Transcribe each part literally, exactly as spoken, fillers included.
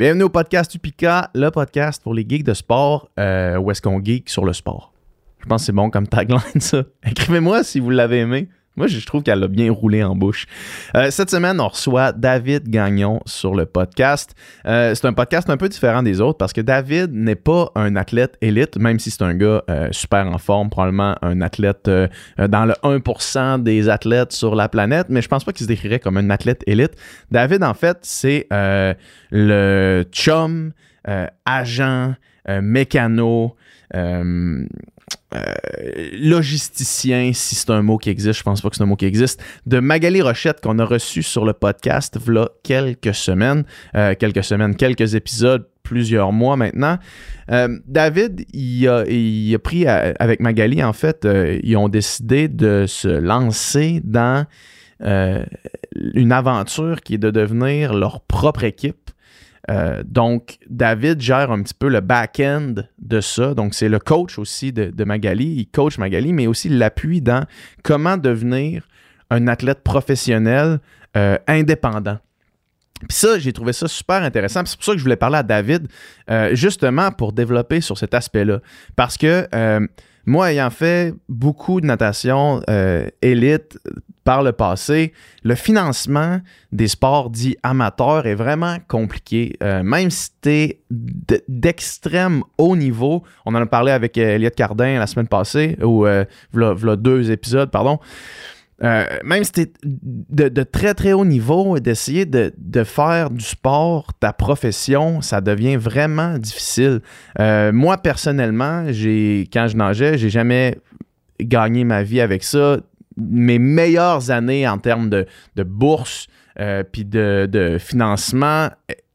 Bienvenue au podcast Upika, le podcast pour les geeks de sport, euh, où est-ce qu'on geek sur le sport. Je pense que c'est bon comme tagline, ça. Écrivez-moi si vous l'avez aimé. Moi, je trouve qu'elle a bien roulé en bouche. Euh, cette semaine, on reçoit David Gagnon sur le podcast. Euh, c'est un podcast un peu différent des autres parce que David n'est pas un athlète élite, même si c'est un gars euh, super en forme, probablement un athlète euh, dans le un pour cent des athlètes sur la planète, mais je pense pas qu'il se décrirait comme un athlète élite. David, en fait, c'est euh, le chum, euh, agent, euh, mécano, euh, Euh, logisticien, si c'est un mot qui existe, je pense pas que c'est un mot qui existe, de Magali Rochette qu'on a reçu sur le podcast v'là quelques semaines, euh, quelques semaines, quelques épisodes, plusieurs mois maintenant. Euh, David, il a, il a pris à, avec Magali, en fait, euh, ils ont décidé de se lancer dans euh, une aventure qui est de devenir leur propre équipe. Euh, donc, David gère un petit peu le back-end de ça. Donc, c'est le coach aussi de, de Magali. Il coach Magali, mais aussi l'appuie dans comment devenir un athlète professionnel euh, indépendant. Puis ça, j'ai trouvé ça super intéressant. Puis c'est pour ça que je voulais parler à David, euh, justement pour développer sur cet aspect-là. Parce que euh, moi, ayant fait beaucoup de natation euh, élite par le passé, le financement des sports dits amateurs est vraiment compliqué. Euh, même si tu es d- d'extrême haut niveau, on en a parlé avec Elliott Cardin la semaine passée, ou euh, v'là, v'là deux épisodes, pardon. Euh, même si tu es de, de très très haut niveau, d'essayer de, de faire du sport ta profession, ça devient vraiment difficile. Euh, moi, personnellement, j'ai, quand je nageais, j'ai jamais gagné ma vie avec ça. Mes meilleures années en termes de, de bourse euh, puis de, de financement,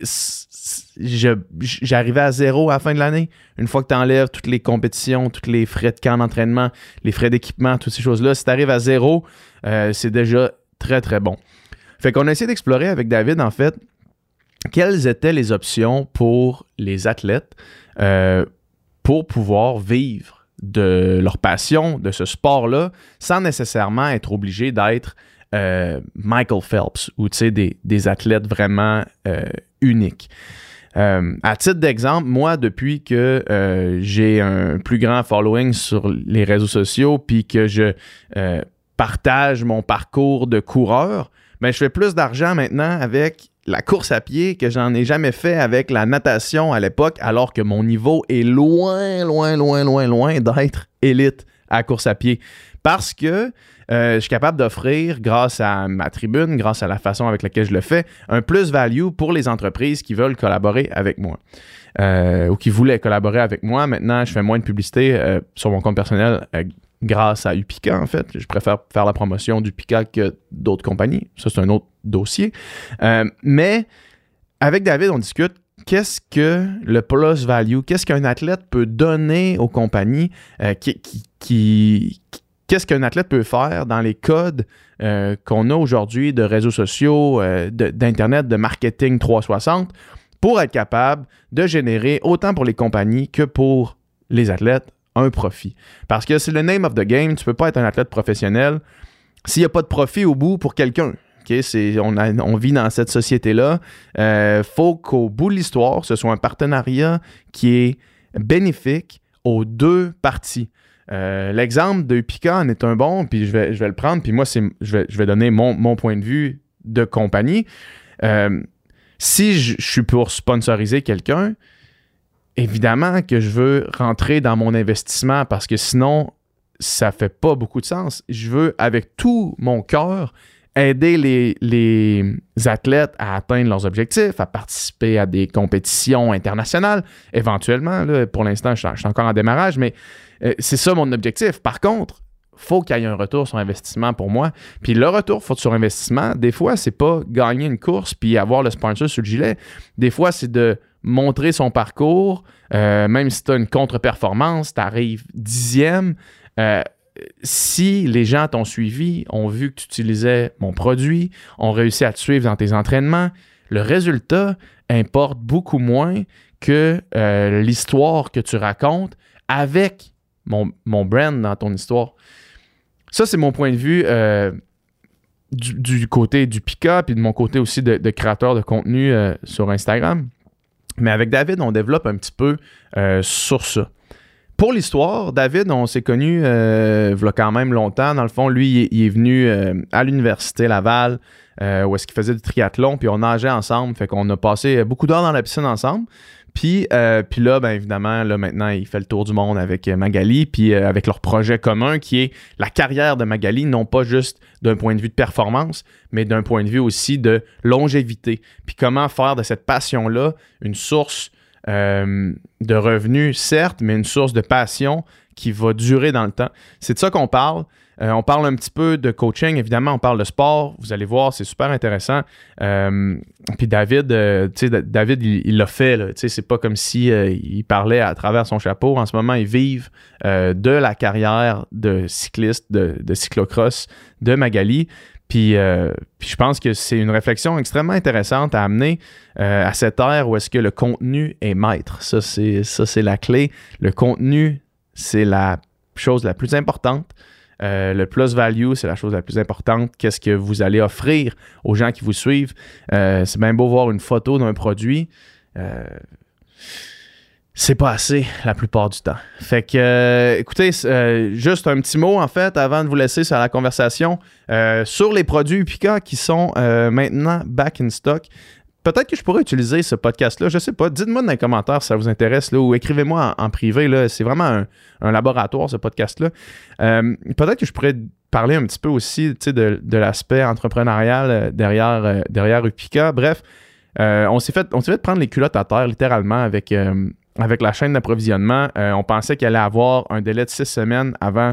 je, j'arrivais à zéro à la fin de l'année. Une fois que tu enlèves toutes les compétitions, tous les frais de camp d'entraînement, les frais d'équipement, toutes ces choses-là, si tu arrives à zéro, euh, c'est déjà très, très bon. Fait qu'on a essayé d'explorer avec David, en fait, quelles étaient les options pour les athlètes euh, pour pouvoir vivre de leur passion, de ce sport-là, sans nécessairement être obligé d'être euh, Michael Phelps ou des, des athlètes vraiment euh, uniques. Euh, à titre d'exemple, moi, depuis que euh, j'ai un plus grand following sur les réseaux sociaux puis que je euh, partage mon parcours de coureur, ben, je fais plus d'argent maintenant avec la course à pied que j'en ai jamais fait avec la natation à l'époque, alors que mon niveau est loin, loin, loin, loin, loin d'être élite à course à pied. Parce que euh, je suis capable d'offrir, grâce à ma tribune, grâce à la façon avec laquelle je le fais, un plus-value pour les entreprises qui veulent collaborer avec moi. Euh, ou qui voulaient collaborer avec moi. Maintenant, je fais moins de publicité euh, sur mon compte personnel euh, grâce à Upika, en fait. Je préfère faire la promotion d'Upika que d'autres compagnies. Ça, c'est un autre dossier. Euh, mais avec David, on discute qu'est-ce que le plus value, qu'est-ce qu'un athlète peut donner aux compagnies, euh, qui, qui, qui, qu'est-ce qu'un athlète peut faire dans les codes euh, qu'on a aujourd'hui de réseaux sociaux, euh, de, d'Internet, de marketing trois cent soixante pour être capable de générer autant pour les compagnies que pour les athlètes un profit. Parce que c'est le name of the game, tu ne peux pas être un athlète professionnel s'il n'y a pas de profit au bout pour quelqu'un. Okay? C'est, on, a, on vit dans cette société-là. Il euh, faut qu'au bout de l'histoire, ce soit un partenariat qui est bénéfique aux deux parties. Euh, l'exemple de Upika en est un bon, puis je vais, je vais le prendre, puis moi, c'est, je, vais, je vais donner mon, mon point de vue de compagnie. Euh, si je, je suis pour sponsoriser quelqu'un, évidemment que je veux rentrer dans mon investissement parce que sinon, ça fait pas beaucoup de sens. Je veux, avec tout mon cœur, aider les, les athlètes à atteindre leurs objectifs, à participer à des compétitions internationales. Éventuellement, là, pour l'instant, je, je suis encore en démarrage, mais euh, c'est ça mon objectif. Par contre, il faut qu'il y ait un retour sur investissement pour moi. Puis le retour sur investissement, des fois, c'est pas gagner une course puis avoir le sponsor sur le gilet. Des fois, c'est de montrer son parcours, euh, même si tu as une contre-performance, tu arrives dixième. Euh, si les gens t'ont suivi, ont vu que tu utilisais mon produit, ont réussi à te suivre dans tes entraînements, le résultat importe beaucoup moins que euh, l'histoire que tu racontes avec mon, mon brand dans ton histoire. Ça, c'est mon point de vue euh, du, du côté du Upika, puis de mon côté aussi de, de créateur de contenu euh, sur Instagram. Mais avec David, on développe un petit peu euh, sur ça. Pour l'histoire, David, on s'est connus euh, il y a quand même longtemps. Dans le fond, lui, il est, il est venu euh, à l'Université Laval, euh, où est-ce qu'il faisait du triathlon, puis on nageait ensemble. Fait qu'on a passé beaucoup d'heures dans la piscine ensemble. Puis, euh, puis là, bien évidemment, là, maintenant, il fait le tour du monde avec Magali, puis euh, avec leur projet commun qui est la carrière de Magali, non pas juste d'un point de vue de performance, mais d'un point de vue aussi de longévité. Puis comment faire de cette passion-là une source euh, de revenus, certes, mais une source de passion qui va durer dans le temps. C'est de ça qu'on parle. Euh, on parle un petit peu de coaching, évidemment, on parle de sport. Vous allez voir, c'est super intéressant. Euh, puis David, euh, tu sais, David, il, il l'a fait. Tu sais, c'est pas comme si euh, il parlait à travers son chapeau. En ce moment, ils vivent euh, de la carrière de cycliste, de, de cyclocross de Magali. Puis, euh, puis je pense que c'est une réflexion extrêmement intéressante à amener euh, à cette ère où est-ce que le contenu est maître. Ça, c'est, ça, c'est la clé. Le contenu, c'est la chose la plus importante. Euh, le plus value, c'est la chose la plus importante. Qu'est-ce que vous allez offrir aux gens qui vous suivent? Euh, c'est bien beau voir une photo d'un produit. Euh, c'est pas assez la plupart du temps. Fait que, euh, écoutez, euh, juste un petit mot, en fait, avant de vous laisser sur la conversation, euh, sur les produits Upika qui sont euh, maintenant back in stock. Peut-être que je pourrais utiliser ce podcast-là, je sais pas. Dites-moi dans les commentaires si ça vous intéresse là, ou écrivez-moi en, en privé. Là. C'est vraiment un, un laboratoire, ce podcast-là. Euh, peut-être que je pourrais parler un petit peu aussi de, de l'aspect entrepreneurial derrière, euh, derrière Upika. Bref, euh, on s'est fait, on s'est fait prendre les culottes à terre, littéralement, avec, euh, avec la chaîne d'approvisionnement. Euh, on pensait qu'il allait avoir un délai de six semaines avant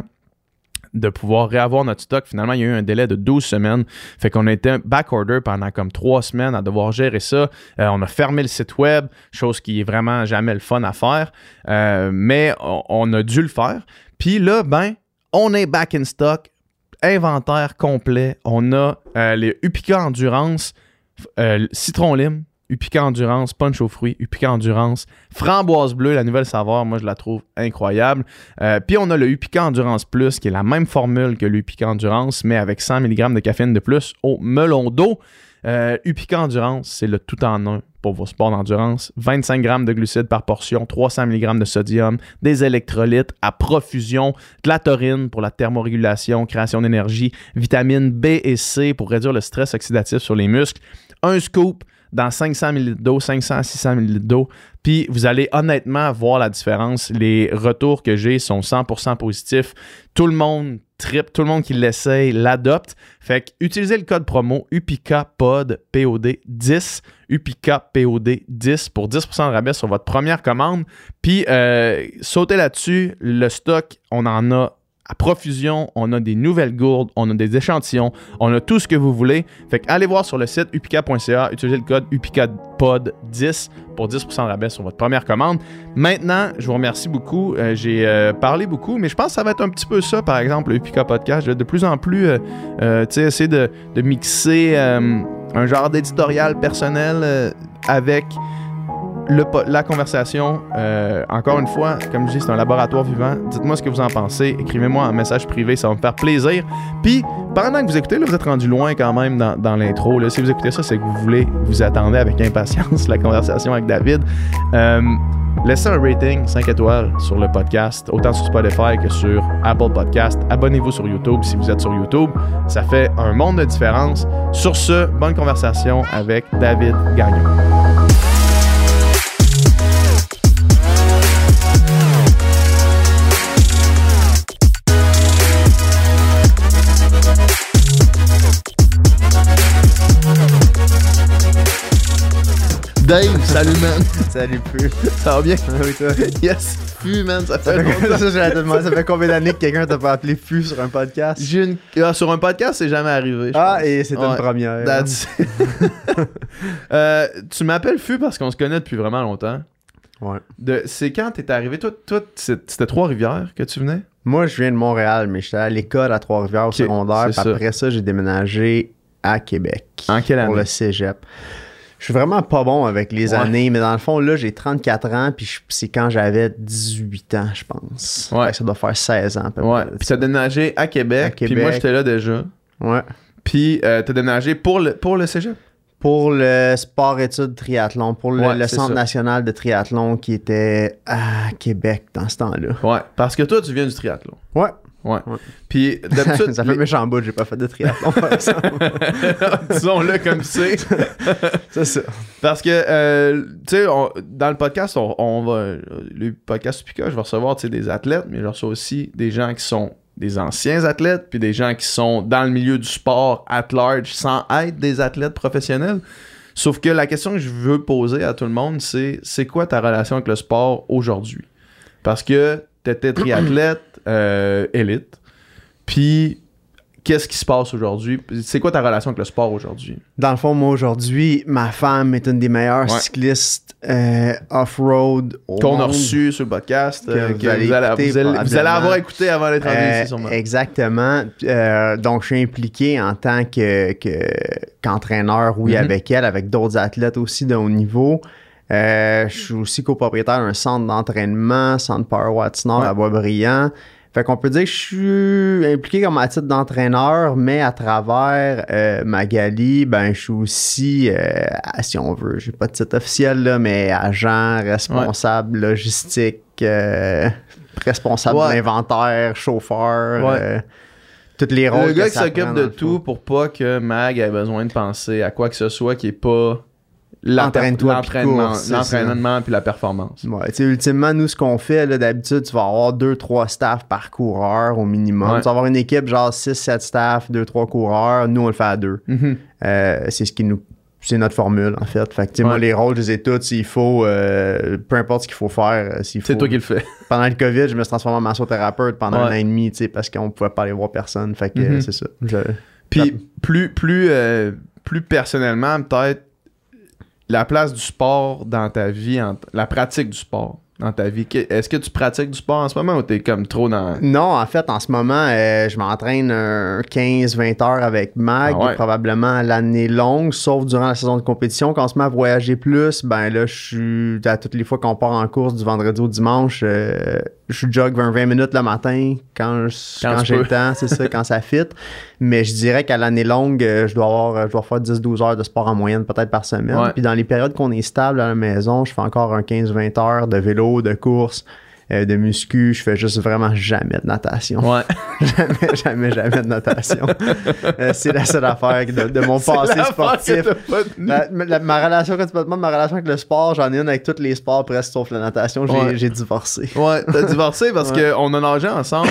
de pouvoir réavoir notre stock. Finalement, il y a eu un délai de douze semaines. Fait qu'on a été back-order pendant comme trois semaines à devoir gérer ça. Euh, on a fermé le site web, chose qui est vraiment jamais le fun à faire. Euh, mais on, on a dû le faire. Puis là, ben, on est back in stock. Inventaire complet. On a euh, les Upika Endurance, euh, Citron Lime, Upika Endurance, Punch aux fruits, Upika Endurance, Framboise bleue, la nouvelle saveur, moi je la trouve incroyable. Euh, Puis on a le Upika Endurance Plus, qui est la même formule que l'Upika Endurance, mais avec cent milligrammes de caféine de plus au melon d'eau. Euh, Upika Endurance, c'est le tout en un pour vos sports d'endurance. vingt-cinq grammes de glucides par portion, trois cents milligrammes de sodium, des électrolytes à profusion, de la taurine pour la thermorégulation, création d'énergie, vitamines B et C pour réduire le stress oxydatif sur les muscles, un scoop dans cinq cents millilitres d'eau, cinq cents à six cents millilitres d'eau. Puis vous allez honnêtement voir la différence. Les retours que j'ai sont cent pour cent positifs. Tout le monde tripe, tout le monde qui l'essaye l'adopte. Fait que utilisez le code promo UPIKAPOD P O D dix, UPIKAPOD dix pour dix pour cent de rabais sur votre première commande. Puis euh, sautez là-dessus. Le stock, on en a à profusion, on a des nouvelles gourdes, on a des échantillons, on a tout ce que vous voulez. Fait que allez voir sur le site upika point c a, utilisez le code UPIKAPOD dix pour dix pour cent de rabais sur votre première commande. Maintenant, je vous remercie beaucoup. Euh, j'ai euh, parlé beaucoup, mais je pense que ça va être un petit peu ça, par exemple, le Upika Podcast. Je vais de plus en plus euh, euh, tu sais, essayer de, de mixer euh, un genre d'éditorial personnel euh, avec Le, la conversation, euh, encore une fois, comme je dis, c'est un laboratoire vivant. Dites-moi ce que vous en pensez. Écrivez-moi un message privé, ça va me faire plaisir. Puis, pendant que vous écoutez, là, vous êtes rendu loin quand même dans, dans l'intro. Là. Si vous écoutez ça, c'est que vous voulez, vous attendez avec impatience la conversation avec David. Euh, laissez un rating cinq étoiles sur le podcast, autant sur Spotify que sur Apple Podcast. Abonnez-vous sur YouTube si vous êtes sur YouTube. Ça fait un monde de différence. Sur ce, bonne conversation avec David Gagnon. Dave, salut man. Salut Fu. Ça va bien? Oui, toi. Yes, Fu man, ça fait Ça longtemps. fait, ça, j'allais te demander, ça fait combien d'années que quelqu'un t'a pas appelé Fu sur un podcast? J'ai une... ah, sur un podcast, c'est jamais arrivé. Ah, pense. et c'est Ouais. une première. That's... euh, tu m'appelles Fu parce qu'on se connaît depuis vraiment longtemps. Ouais. De... C'est quand t'es arrivé? Toi, toi c'était Trois-Rivières que tu venais? Moi, je viens de Montréal, mais j'étais à l'école à Trois-Rivières au Ok, secondaire. c'est Puis après ça, j'ai déménagé à Québec. En quelle année? Pour le cégep. Je suis vraiment pas bon avec les Ouais. années, mais dans le fond, là, j'ai trente-quatre ans, puis je- c'est quand j'avais dix-huit ans, je pense. Ouais. Fait que ça doit faire seize ans, à peu Ouais. près. Puis t'as déménagé à Québec. À Puis Québec. moi, j'étais là déjà. Ouais. Puis euh, t'as déménagé pour le, pour le cégep? Pour le sport-études triathlon, pour le, Ouais, le c'est Centre ça. national de triathlon qui était à Québec dans ce temps-là. Ouais, parce que toi, tu viens du triathlon. Ouais. Ouais. Ouais. Puis d'habitude... Ça fait les- méchant bout, j'ai pas fait de triathlon, par exemple. Disons-le comme c'est. C'est ça. Parce que, euh, tu sais, on- dans le podcast, on, on va... Le podcast Pika, je vais recevoir, tu sais, des athlètes, mais je reçois aussi des gens qui sont des anciens athlètes, puis des gens qui sont dans le milieu du sport at large sans être des athlètes professionnels. Sauf que la question que je veux poser à tout le monde, c'est c'est quoi ta relation avec le sport aujourd'hui? Parce que t'étais triathlète euh, élite, puis qu'est-ce qui se passe aujourd'hui? C'est quoi ta relation avec le sport aujourd'hui? Dans le fond, moi, aujourd'hui, ma femme est une des meilleures Ouais. cyclistes euh, off-road au Qu'on a monde. reçu sur le podcast, Que euh, vous que allez vous, allez, écouter vous, allez, vous allez probablement. avoir écouté avant d'être rendu Euh, ici, sûrement. Exactement. Euh, donc, je suis impliqué en tant que, que- qu'entraîneur, oui, Mhm. avec elle, avec d'autres athlètes aussi de haut niveau. Euh, je suis aussi copropriétaire d'un centre d'entraînement, Centre Power Watts Nord Ouais. à Boisbriand. Fait qu'on peut dire que je suis impliqué comme à titre d'entraîneur, mais à travers euh, Magali, ben je suis aussi, euh, si on veut, j'ai pas de titre officiel, là, mais agent, responsable, logistique, euh, responsable Ouais. d'inventaire, chauffeur, Ouais. euh, toutes les rôles. Le gars que qui ça s'occupe prend, de dans le tout fond. pour pas que Mag ait besoin de penser à quoi que ce soit qui est pas la per- Entraîne-toi puis l'entraînement, cours, c'est l'entraînement puis la performance. Ouais, tu sais, ultimement, nous, ce qu'on fait, là, d'habitude, tu vas avoir deux trois staffs par coureur au minimum. Ouais. Tu vas avoir une équipe, genre six sept staffs, deux trois coureurs. Nous, on le fait à deux. Mhm. Euh, c'est ce qui nous. C'est notre formule, en fait. Fait que, tu sais, Ouais. moi, les rôles, je les ai tous. S'il faut, euh, peu importe ce qu'il faut faire. euh, s'il C'est faut- toi qui le fais. Pendant le COVID, je me suis transformé en massothérapeute pendant Ouais. un an et demi, tu sais, parce qu'on pouvait pas aller voir personne. Fait que, Mhm. euh, c'est ça. Je- Puis plus plus euh, plus personnellement, peut-être la place du sport dans ta vie, en- la pratique du sport dans ta vie. Que- Est-ce que tu pratiques du sport en ce moment ou t'es comme trop dans... Non, en fait, en ce moment, euh, je m'entraîne un quinze vingt heures avec Mag, Ah ouais. probablement à l'année longue, sauf durant la saison de compétition. Quand on se met à voyager plus, ben là, je suis à toutes les fois qu'on part en course du vendredi au dimanche, euh, je jog vingt vingt minutes le matin quand, je- Quand quand tu j'ai peux. le temps, c'est ça, quand ça fit. Mais je dirais qu'à l'année longue, euh, je dois avoir, je dois faire dix douze heures de sport en moyenne, peut-être par semaine. Ouais. Puis dans les périodes qu'on est stable à la maison, je fais encore un quinze vingt heures de vélo, de course. euh, de muscu, je fais juste vraiment jamais de natation. Ouais. jamais, jamais, jamais de natation. Euh, c'est la seule affaire de, de mon C'est passé l'affaire sportif. que t'as pas tenu. La- la- ma relation, quand tu me demandes ma relation avec le sport, j'en ai une avec tous les sports presque sauf la natation. J'ai, Ouais. j'ai divorcé. Ouais, t'as divorcé parce Ouais. qu'on a nagé ensemble.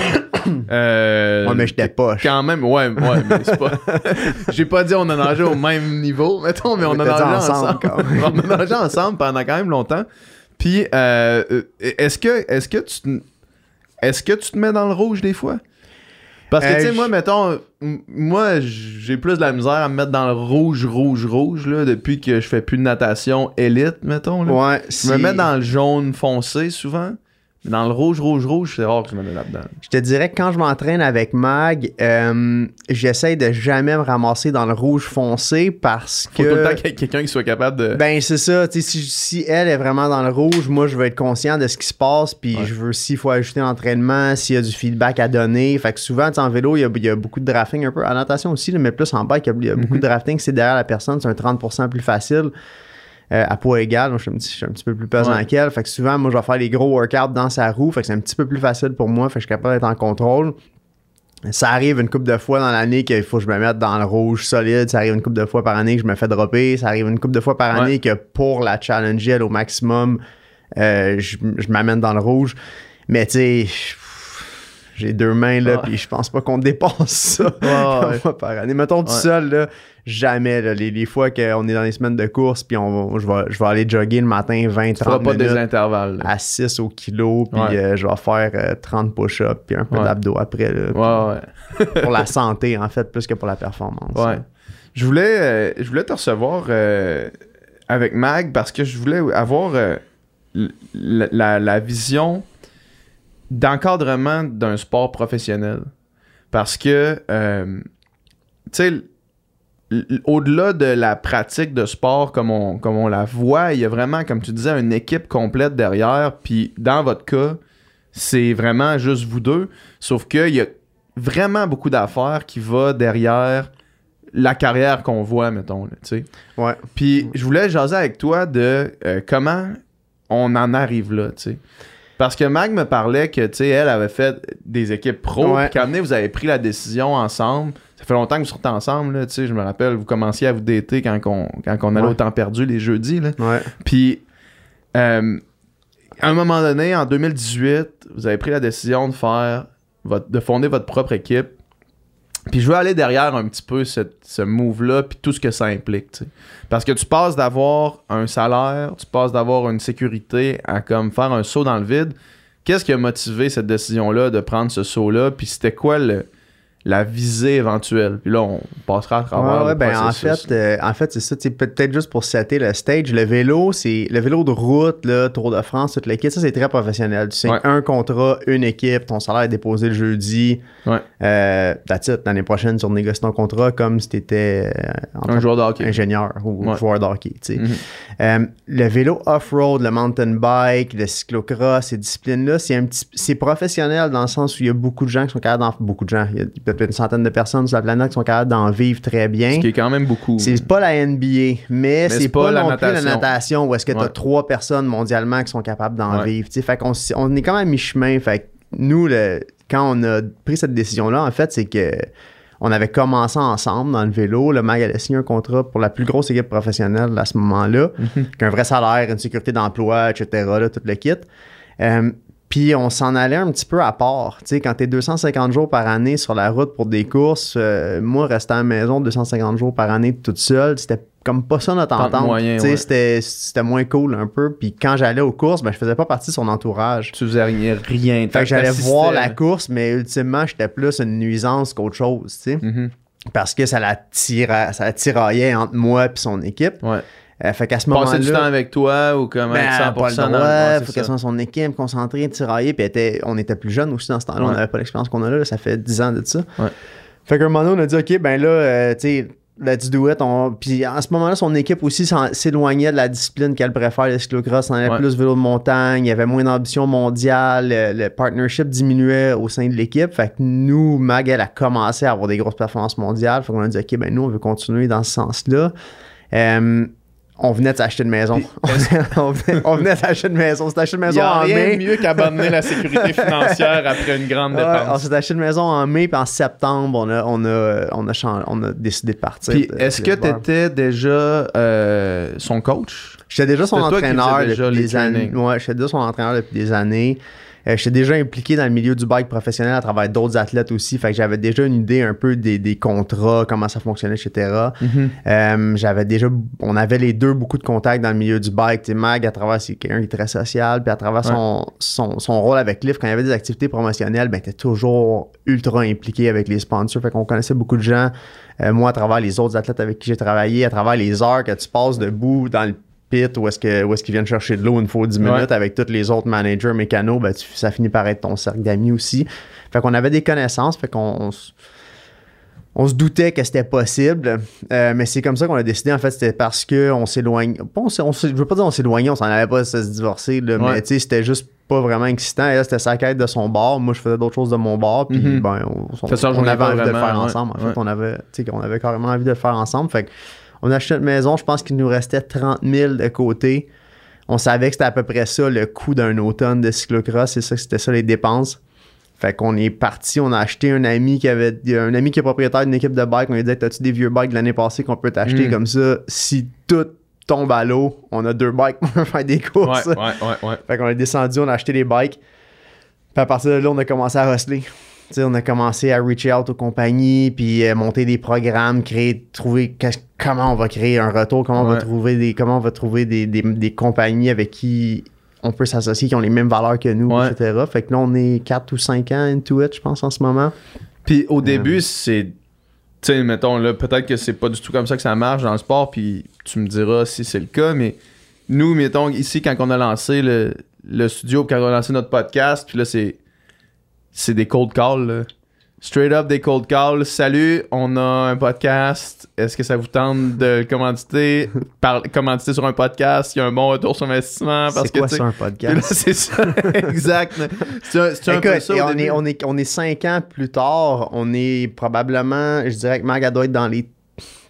Euh, Ouais, mais j'étais poche. Quand même, ouais, ouais, mais c'est pas. J'ai pas dit on a nagé au même niveau, mettons, mais on a Mais t'as nagé dit ensemble, ensemble. quand même. on a nagé ensemble pendant quand même longtemps. Puis, euh, euh, est-ce que, est-ce que tu, te- est-ce que tu te mets dans le rouge des fois? Parce que, Euh, tu sais, je- moi, mettons, m- moi, j'ai plus de la misère à me mettre dans le rouge, rouge, rouge, là, depuis que je fais plus de natation élite, mettons, là. Ouais, Je me mets dans le jaune foncé souvent. Mais dans le rouge, rouge, rouge, c'est rare que je me mets là-dedans. Je te dirais que quand je m'entraîne avec Mag, euh, j'essaie de jamais me ramasser dans le rouge foncé parce Faut que... tout le temps qu'il y ait quelqu'un qui soit capable de. Ben, c'est ça. Tu sais, si, si elle est vraiment dans le rouge, moi, je veux être conscient de ce qui se passe. Puis Ouais. je veux, s'il faut ajouter l'entraînement, s'il y a du feedback à donner. Fait que souvent, tu sais, en vélo, il y a, il y a beaucoup de drafting un peu. En natation aussi, là, mais plus en bike, il y a, il y a beaucoup Mhm. de drafting. C'est derrière la personne, c'est un trente pour cent plus facile. Euh, à poids égal, moi, je suis un petit, je suis un petit peu plus pesant Ouais. qu'elle. Fait que souvent, moi, je vais faire les gros workouts dans sa roue. Fait que c'est un petit peu plus facile pour moi. Fait que je suis capable d'être en contrôle. Ça arrive une couple de fois dans l'année qu'il faut que je me mette dans le rouge solide. Ça arrive une couple de fois par année que je me fais dropper. Ça arrive une couple de fois par année Ouais. que pour la challenger elle, au maximum, euh, je, je m'amène dans le rouge. Mais tu sais, j'ai deux mains là, Ouais. puis je pense pas qu'on dépasse ça Ouais, ouais. une fois par année. Mettons tout Ouais. seul, là, jamais. Là, les, les fois qu'on est dans les semaines de course, puis on, va- je, vais, je vais aller jogger le matin vingt Tu feras trente pas minutes des intervalles. là. à six au kilo, puis Ouais. euh, je vais faire euh, trente push-ups, puis un peu Ouais. d'abdos après. Là, puis- Ouais, ouais. pour la santé, en fait, plus que pour la performance. Ouais. Je voulais, euh, je voulais te recevoir euh, avec Mag parce que je voulais avoir euh, l- la, la- la vision d'encadrement d'un sport professionnel. Parce que, euh, tu sais, l- l- au-delà de la pratique de sport comme on, comme on la voit, il y a vraiment, comme tu disais, une équipe complète derrière. Puis dans votre cas, c'est vraiment juste vous deux. Sauf qu'il y a vraiment beaucoup d'affaires qui va derrière la carrière qu'on voit, mettons, tu sais. Ouais. Puis je voulais jaser avec toi de euh, comment on en arrive là, tu sais. Parce que Mag me parlait que, tu sais, elle avait fait des équipes pro, Ouais. puis qu'à un moment donné, vous avez pris la décision ensemble. Ça fait longtemps que vous sortez ensemble, là, tu sais, je me rappelle, vous commenciez à vous dater quand on, quand on allait Ouais. au temps perdu les jeudis, là. Ouais. Puis, euh, à un moment donné, en deux mille dix-huit, vous avez pris la décision de faire, votre, de fonder votre propre équipe. Puis je veux aller derrière un petit peu cette, ce move-là, puis tout ce que ça implique, tu sais. Parce que tu passes d'avoir un salaire, tu passes d'avoir une sécurité à comme faire un saut dans le vide. Qu'est-ce qui a motivé cette décision-là de prendre ce saut-là? Puis c'était quoi le, la visée éventuelle? Puis là, on passera à travers Ouais, ouais, le ben en processus. fait, euh, en fait, c'est ça, tu sais, peut-être juste pour setter le stage, le vélo, c'est le vélo de route, là, Tour de France, toute l'équipe, ça c'est très professionnel. Tu signes Ouais. un contrat, une équipe, ton salaire est déposé le jeudi. Ouais. Euh, that's it. L'année prochaine, tu renégocies ton contrat comme si tu étais Un joueur de hockey. ingénieur ou Ouais. joueur de hockey. Tu sais. Mhm. Euh, le vélo off-road, le mountain bike, le cyclocross, ces disciplines-là, c'est un petit, c'est professionnel dans le sens où il y a beaucoup de gens qui sont capables d'en, beaucoup de gens, il y a peut-être une centaine de personnes sur la planète qui sont capables d'en vivre très bien. Ce qui est quand même beaucoup. C'est pas la N B A, mais, c'est, c'est pas, pas la non plus la natation. natation où est-ce que tu as Ouais. trois personnes mondialement qui sont capables d'en Ouais. vivre. Tu sais, fait qu'on s- on est quand même à mi-chemin. Fait que nous, le, quand on a pris cette décision-là, en fait, c'est que on avait commencé ensemble dans le vélo. Le Mag avait signé un contrat pour la plus grosse équipe professionnelle à ce moment-là, Mhm. avec un vrai salaire, une sécurité d'emploi, et cetera, là, tout le kit. Euh, Puis on s'en allait un petit peu à part. Tu sais, quand t'es deux cent cinquante jours par année sur la route pour des courses, euh, moi, rester à la maison deux cent cinquante jours par année toute seule, c'était comme pas ça notre Tente entente. moyen, Tu sais, ouais. c'était, c'était moins cool un peu. Puis quand j'allais aux courses, ben, je faisais pas partie de son entourage. Tu faisais rien. rien. Fait que j'allais T'assistais. voir la course, mais ultimement, j'étais plus une nuisance qu'autre chose, tu sais. Mhm. Parce que ça la, tira, ça la tiraillait entre moi et son équipe. Ouais. Euh, fait qu'à ce Passer du temps moment-là... avec toi ou comme être Ben, cent pas pour le cent droit, dans ouais, faut c'est qu'elle ça. soit son équipe, concentrée, tiraillée, puis elle était- on était plus jeunes aussi dans ce temps-là, on Ouais. n'avait pas l'expérience qu'on a là, là, ça fait dix ans de ça. Ouais. Fait qu'à un moment donné, on a dit, OK, ben là, euh, tu sais, let's do it. On... Puis en ce moment-là, son équipe aussi s'en- s'éloignait de la discipline qu'elle préfère, le cyclocross, on avait Ouais. plus vélo de montagne, il y avait moins d'ambition mondiale, le, le partnership diminuait au sein de l'équipe. Fait que nous, Mag, elle a commencé à avoir des grosses performances mondiales. Fait qu'on a dit, OK, ben nous, on veut continuer dans ce sens-là. Euh, on venait de s'acheter une maison. on, venait, on venait de s'acheter une maison. On s'est acheté une Il maison n'y a en rien mai. de mieux qu'abandonner la sécurité financière après une grande Ouais, on dépense. s'est acheté une maison en mai, puis en septembre, on a, on a, on a, chan- on a décidé de partir. Puis de- est-ce de que tu Gilbert. étais déjà euh, son coach? J'étais déjà son C'était toi qui entraîneur faisais déjà depuis les des années. trainings. Ouais, j'étais déjà son entraîneur depuis des années. Euh, j'étais déjà impliqué dans le milieu du bike professionnel à travers d'autres athlètes aussi. Fait que j'avais déjà une idée un peu des, des contrats, comment ça fonctionnait, et cetera. Mhm. Euh, j'avais déjà, on avait les deux beaucoup de contacts dans le milieu du bike. Tu sais, Mag, à travers, c'est quelqu'un qui est très social, puis à travers son, son, son rôle avec Lyft, quand il y avait des activités promotionnelles, ben, il était toujours ultra impliqué avec les sponsors. Fait qu'on connaissait beaucoup de gens. Euh, moi, à travers les autres athlètes avec qui j'ai travaillé, à travers les heures que tu passes debout dans le pit où est-ce que, où est-ce qu'ils viennent chercher de l'eau une fois dix minutes Ouais. avec tous les autres managers mécanos, ben, tu- ça finit par être ton cercle d'amis aussi. Fait qu'on avait des connaissances, fait qu'on on s- on se doutait que c'était possible, euh, mais c'est comme ça qu'on a décidé. En fait, c'était parce qu'on s'éloigne. Pas on s'é- on s'é- je veux pas dire on s'éloignait, on s'en allait pas à se divorcer, là, Ouais. mais tu sais, c'était juste pas vraiment excitant. Elle, c'était sa quête de son bord. Moi, je faisais d'autres choses de mon bord. Puis, Mhm. ben, on, on- Fait ça, on j'en ai avait pas envie de le vraiment, faire ouais. ensemble. En Ouais. fait, on avait, tu sais, on avait carrément envie de le faire ensemble. Fait que on a acheté notre maison. Je pense qu'il nous restait trente mille de côté. On savait que c'était à peu près ça le coût d'un automne de cyclocross. C'est ça, c'était ça les dépenses. Fait qu'on est parti, on a acheté un ami qui avait un ami qui est propriétaire d'une équipe de bike. On lui a dit, t'as-tu des vieux bikes de l'année passée qu'on peut t'acheter Mm. comme ça? Si tout tombe à l'eau, on a deux bikes pour faire des Ouais, courses. ouais, ouais, ouais. Fait qu'on est descendu, on a acheté des bikes. Puis à partir de là, on a commencé à hustler. Tu sais, on a commencé à reach out aux compagnies, puis euh, monter des programmes, créer, trouver qu'est-ce- comment on va créer un retour, comment on Ouais. va trouver des, comment on va trouver des, des, des compagnies avec qui on peut s'associer, qui ont les mêmes valeurs que nous, Ouais. et cetera. Fait que là, on est quatre ou cinq ans into it, je pense, en ce moment. Puis au début, c'est. Tu sais, mettons, là, peut-être que c'est pas du tout comme ça que ça marche dans le sport, puis tu me diras si c'est le cas, mais nous, mettons, ici, quand on a lancé le, le studio, quand on a lancé notre podcast, puis là, c'est. C'est des cold calls, là. Straight up des cold calls. Salut, on a un podcast. Est-ce que ça vous tente de le commanditer? Par, commanditer sur un podcast, il y a un bon retour sur investissement. Parce C'est que, quoi tu sais, ça, un puis là, podcast? c'est ça, exact. C'est un, c'est un peu Écoute, ça. et au on, début. est, on, est, on est cinq ans plus tard. On est probablement, je dirais que Mag, elle doit être dans les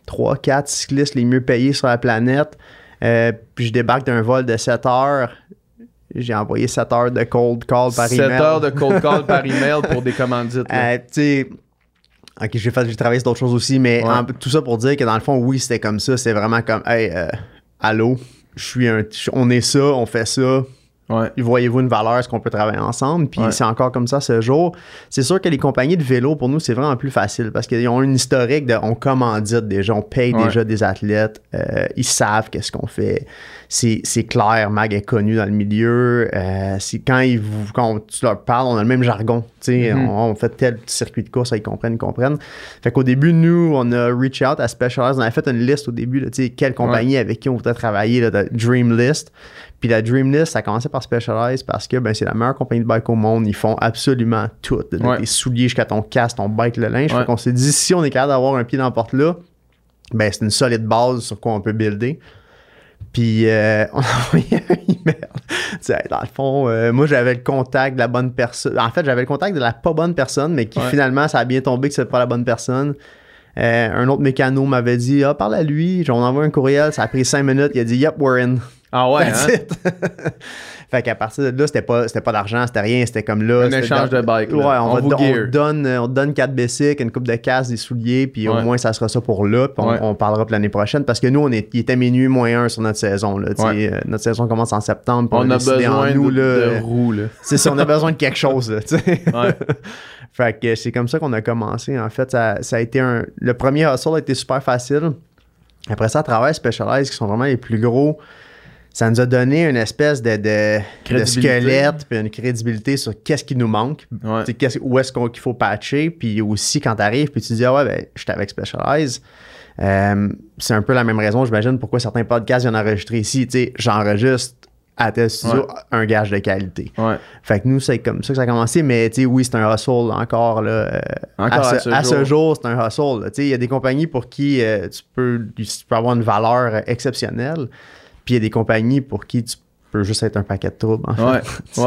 trois quatre cyclistes les mieux payés sur la planète. Euh, puis je débarque d'un vol de sept heures. J'ai envoyé sept heures de cold call par email. sept heures de cold call par email pour des commandites. Euh, tu sais, ok, j'ai fait, j'ai travaillé sur d'autres choses aussi, mais Ouais. en, tout ça pour dire que dans le fond, oui, c'était comme ça. C'est vraiment comme, hey, euh, allô, je suis un, on est ça, on fait ça. Ouais. Voyez-vous une valeur, est-ce qu'on peut travailler ensemble? Puis Ouais. c'est encore comme ça ce jour. C'est sûr que les compagnies de vélo, pour nous, c'est vraiment plus facile parce qu'ils ont une historique de on commandite déjà, on paye Ouais. déjà des athlètes, euh, ils savent qu'est-ce qu'on fait. C'est, c'est clair, Mag est connu dans le milieu. Euh, c'est quand, ils vous, quand tu leur parles, on a le même jargon. Tu sais, Mm-hmm. on, on fait tel petit circuit de course, ils comprennent, ils comprennent. Fait qu'au début, nous, on a reach out à Specialized. On avait fait une liste au début, là, tu sais, quelle compagnie avec qui on voudrait travailler, là, de Dream List. Puis la Dream List, ça a commencé par Specialized parce que ben, c'est la meilleure compagnie de bike au monde. Ils font absolument tout. De, Ouais. tes souliers jusqu'à ton casque, ton bike, le linge. Ouais. Fait qu'on s'est dit, si on est capable d'avoir un pied dans la porte là, ben c'est une solide base sur quoi on peut builder. Puis euh, on a envoyé un email. Tu sais, dans le fond, euh, moi j'avais le contact de la bonne personne. En fait, j'avais le contact de la pas bonne personne, mais qui Ouais. finalement, ça a bien tombé que c'était pas la bonne personne. Euh, un autre mécano m'avait dit, ah, parle à lui. On envoie un courriel, ça a pris cinq minutes. Il a dit, yep, we're in. Ah ouais, That's hein? it. Fait qu'à partir de là, c'était pas, c'était pas d'argent, c'était rien, c'était comme là. Un c'était échange de bike, là. Ouais, on, On va vous on, gear. te donne, on te donne quatre bicycles, une coupe de casse, des souliers, puis au Ouais. moins ça sera ça pour là. Puis on, Ouais. on parlera pour l'année prochaine parce que nous, on est, il était minuit moins un sur notre saison. Là, tu sais, Ouais. euh, notre saison commence en septembre. puis On a décidé besoin en nous, de, là, de roues, là. c'est ça, on a besoin de quelque chose. Là, tu sais. Ouais. Fait que c'est comme ça qu'on a commencé. En fait, ça, ça a été un. Le premier hustle a été super facile. Après ça, à travers Specialized, qui sont vraiment les plus gros, ça nous a donné une espèce de, de, de Crédibilité. squelette puis une crédibilité sur qu'est-ce qui nous manque, Ouais. tu sais, qu'est-ce- où est-ce qu'on, qu'il faut patcher. Puis aussi, quand tu arrives puis tu dis, ah ouais, ben, je suis avec Specialized. Euh, c'est un peu la même raison, j'imagine, pourquoi certains podcasts viennent enregistrer ici. Tu sais, j'enregistre à tel studio Ouais. un gage de qualité. Ouais. Fait que nous, c'est comme ça que ça a commencé, mais tu sais, oui, c'est un hustle encore, là. euh, Encore à, à ce, ce à ce jour. jour, c'est un hustle. là. Tu sais, il y a des compagnies pour qui euh, tu, peux, tu peux avoir une valeur euh, exceptionnelle, puis il y a des compagnies pour qui tu peux juste être un paquet de troubles, en fait. Ouais. Tu sais. Ouais,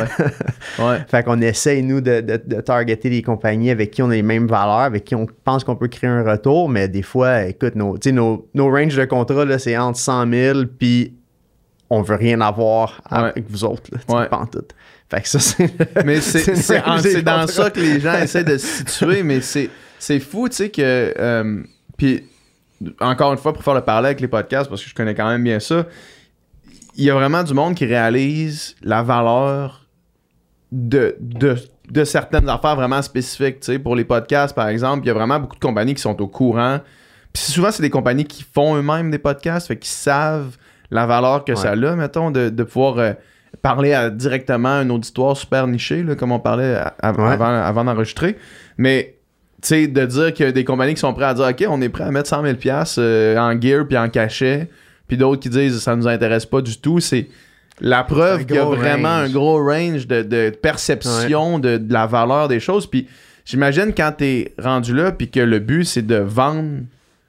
ouais, ouais. Fait qu'on essaye, nous, de, de, de targeter les compagnies avec qui on a les mêmes valeurs, avec qui on pense qu'on peut créer un retour, mais des fois, écoute, nos, tu sais, nos, nos ranges de contrat, là, c'est entre cent mille, puis on veut rien avoir Ouais. avec vous autres, là, tu sais, Ouais. pas en tout. Fait que ça, c'est... Mais c'est, c'est c'est, le en- range c'est des dans contrats. ça que les gens essaient de se situer, mais c'est, c'est fou, tu sais, que... euh, puis, encore une fois, pour faire le parallèle avec les podcasts, parce que je connais quand même bien ça, il y a vraiment du monde qui réalise la valeur de, de, de certaines affaires vraiment spécifiques, tu sais. Pour les podcasts, par exemple, il y a vraiment beaucoup de compagnies qui sont au courant. Puis souvent, c'est des compagnies qui font eux-mêmes des podcasts, fait qu'ils savent la valeur que Ouais. ça a, mettons, de, de pouvoir euh, parler à directement à un auditoire super niché, là, comme on parlait à- à- Ouais. avant, avant d'enregistrer. Mais, tu sais, de dire qu'il y a des compagnies qui sont prêtes à dire, OK, on est prêt à mettre cent mille dollars euh, en gear puis en cachet, puis d'autres qui disent, ça nous intéresse pas du tout, c'est la preuve C'est un qu'il y a gros vraiment range. un gros range de, de perception de, de la valeur des choses. Puis j'imagine quand t'es rendu là, puis que le but, c'est de vendre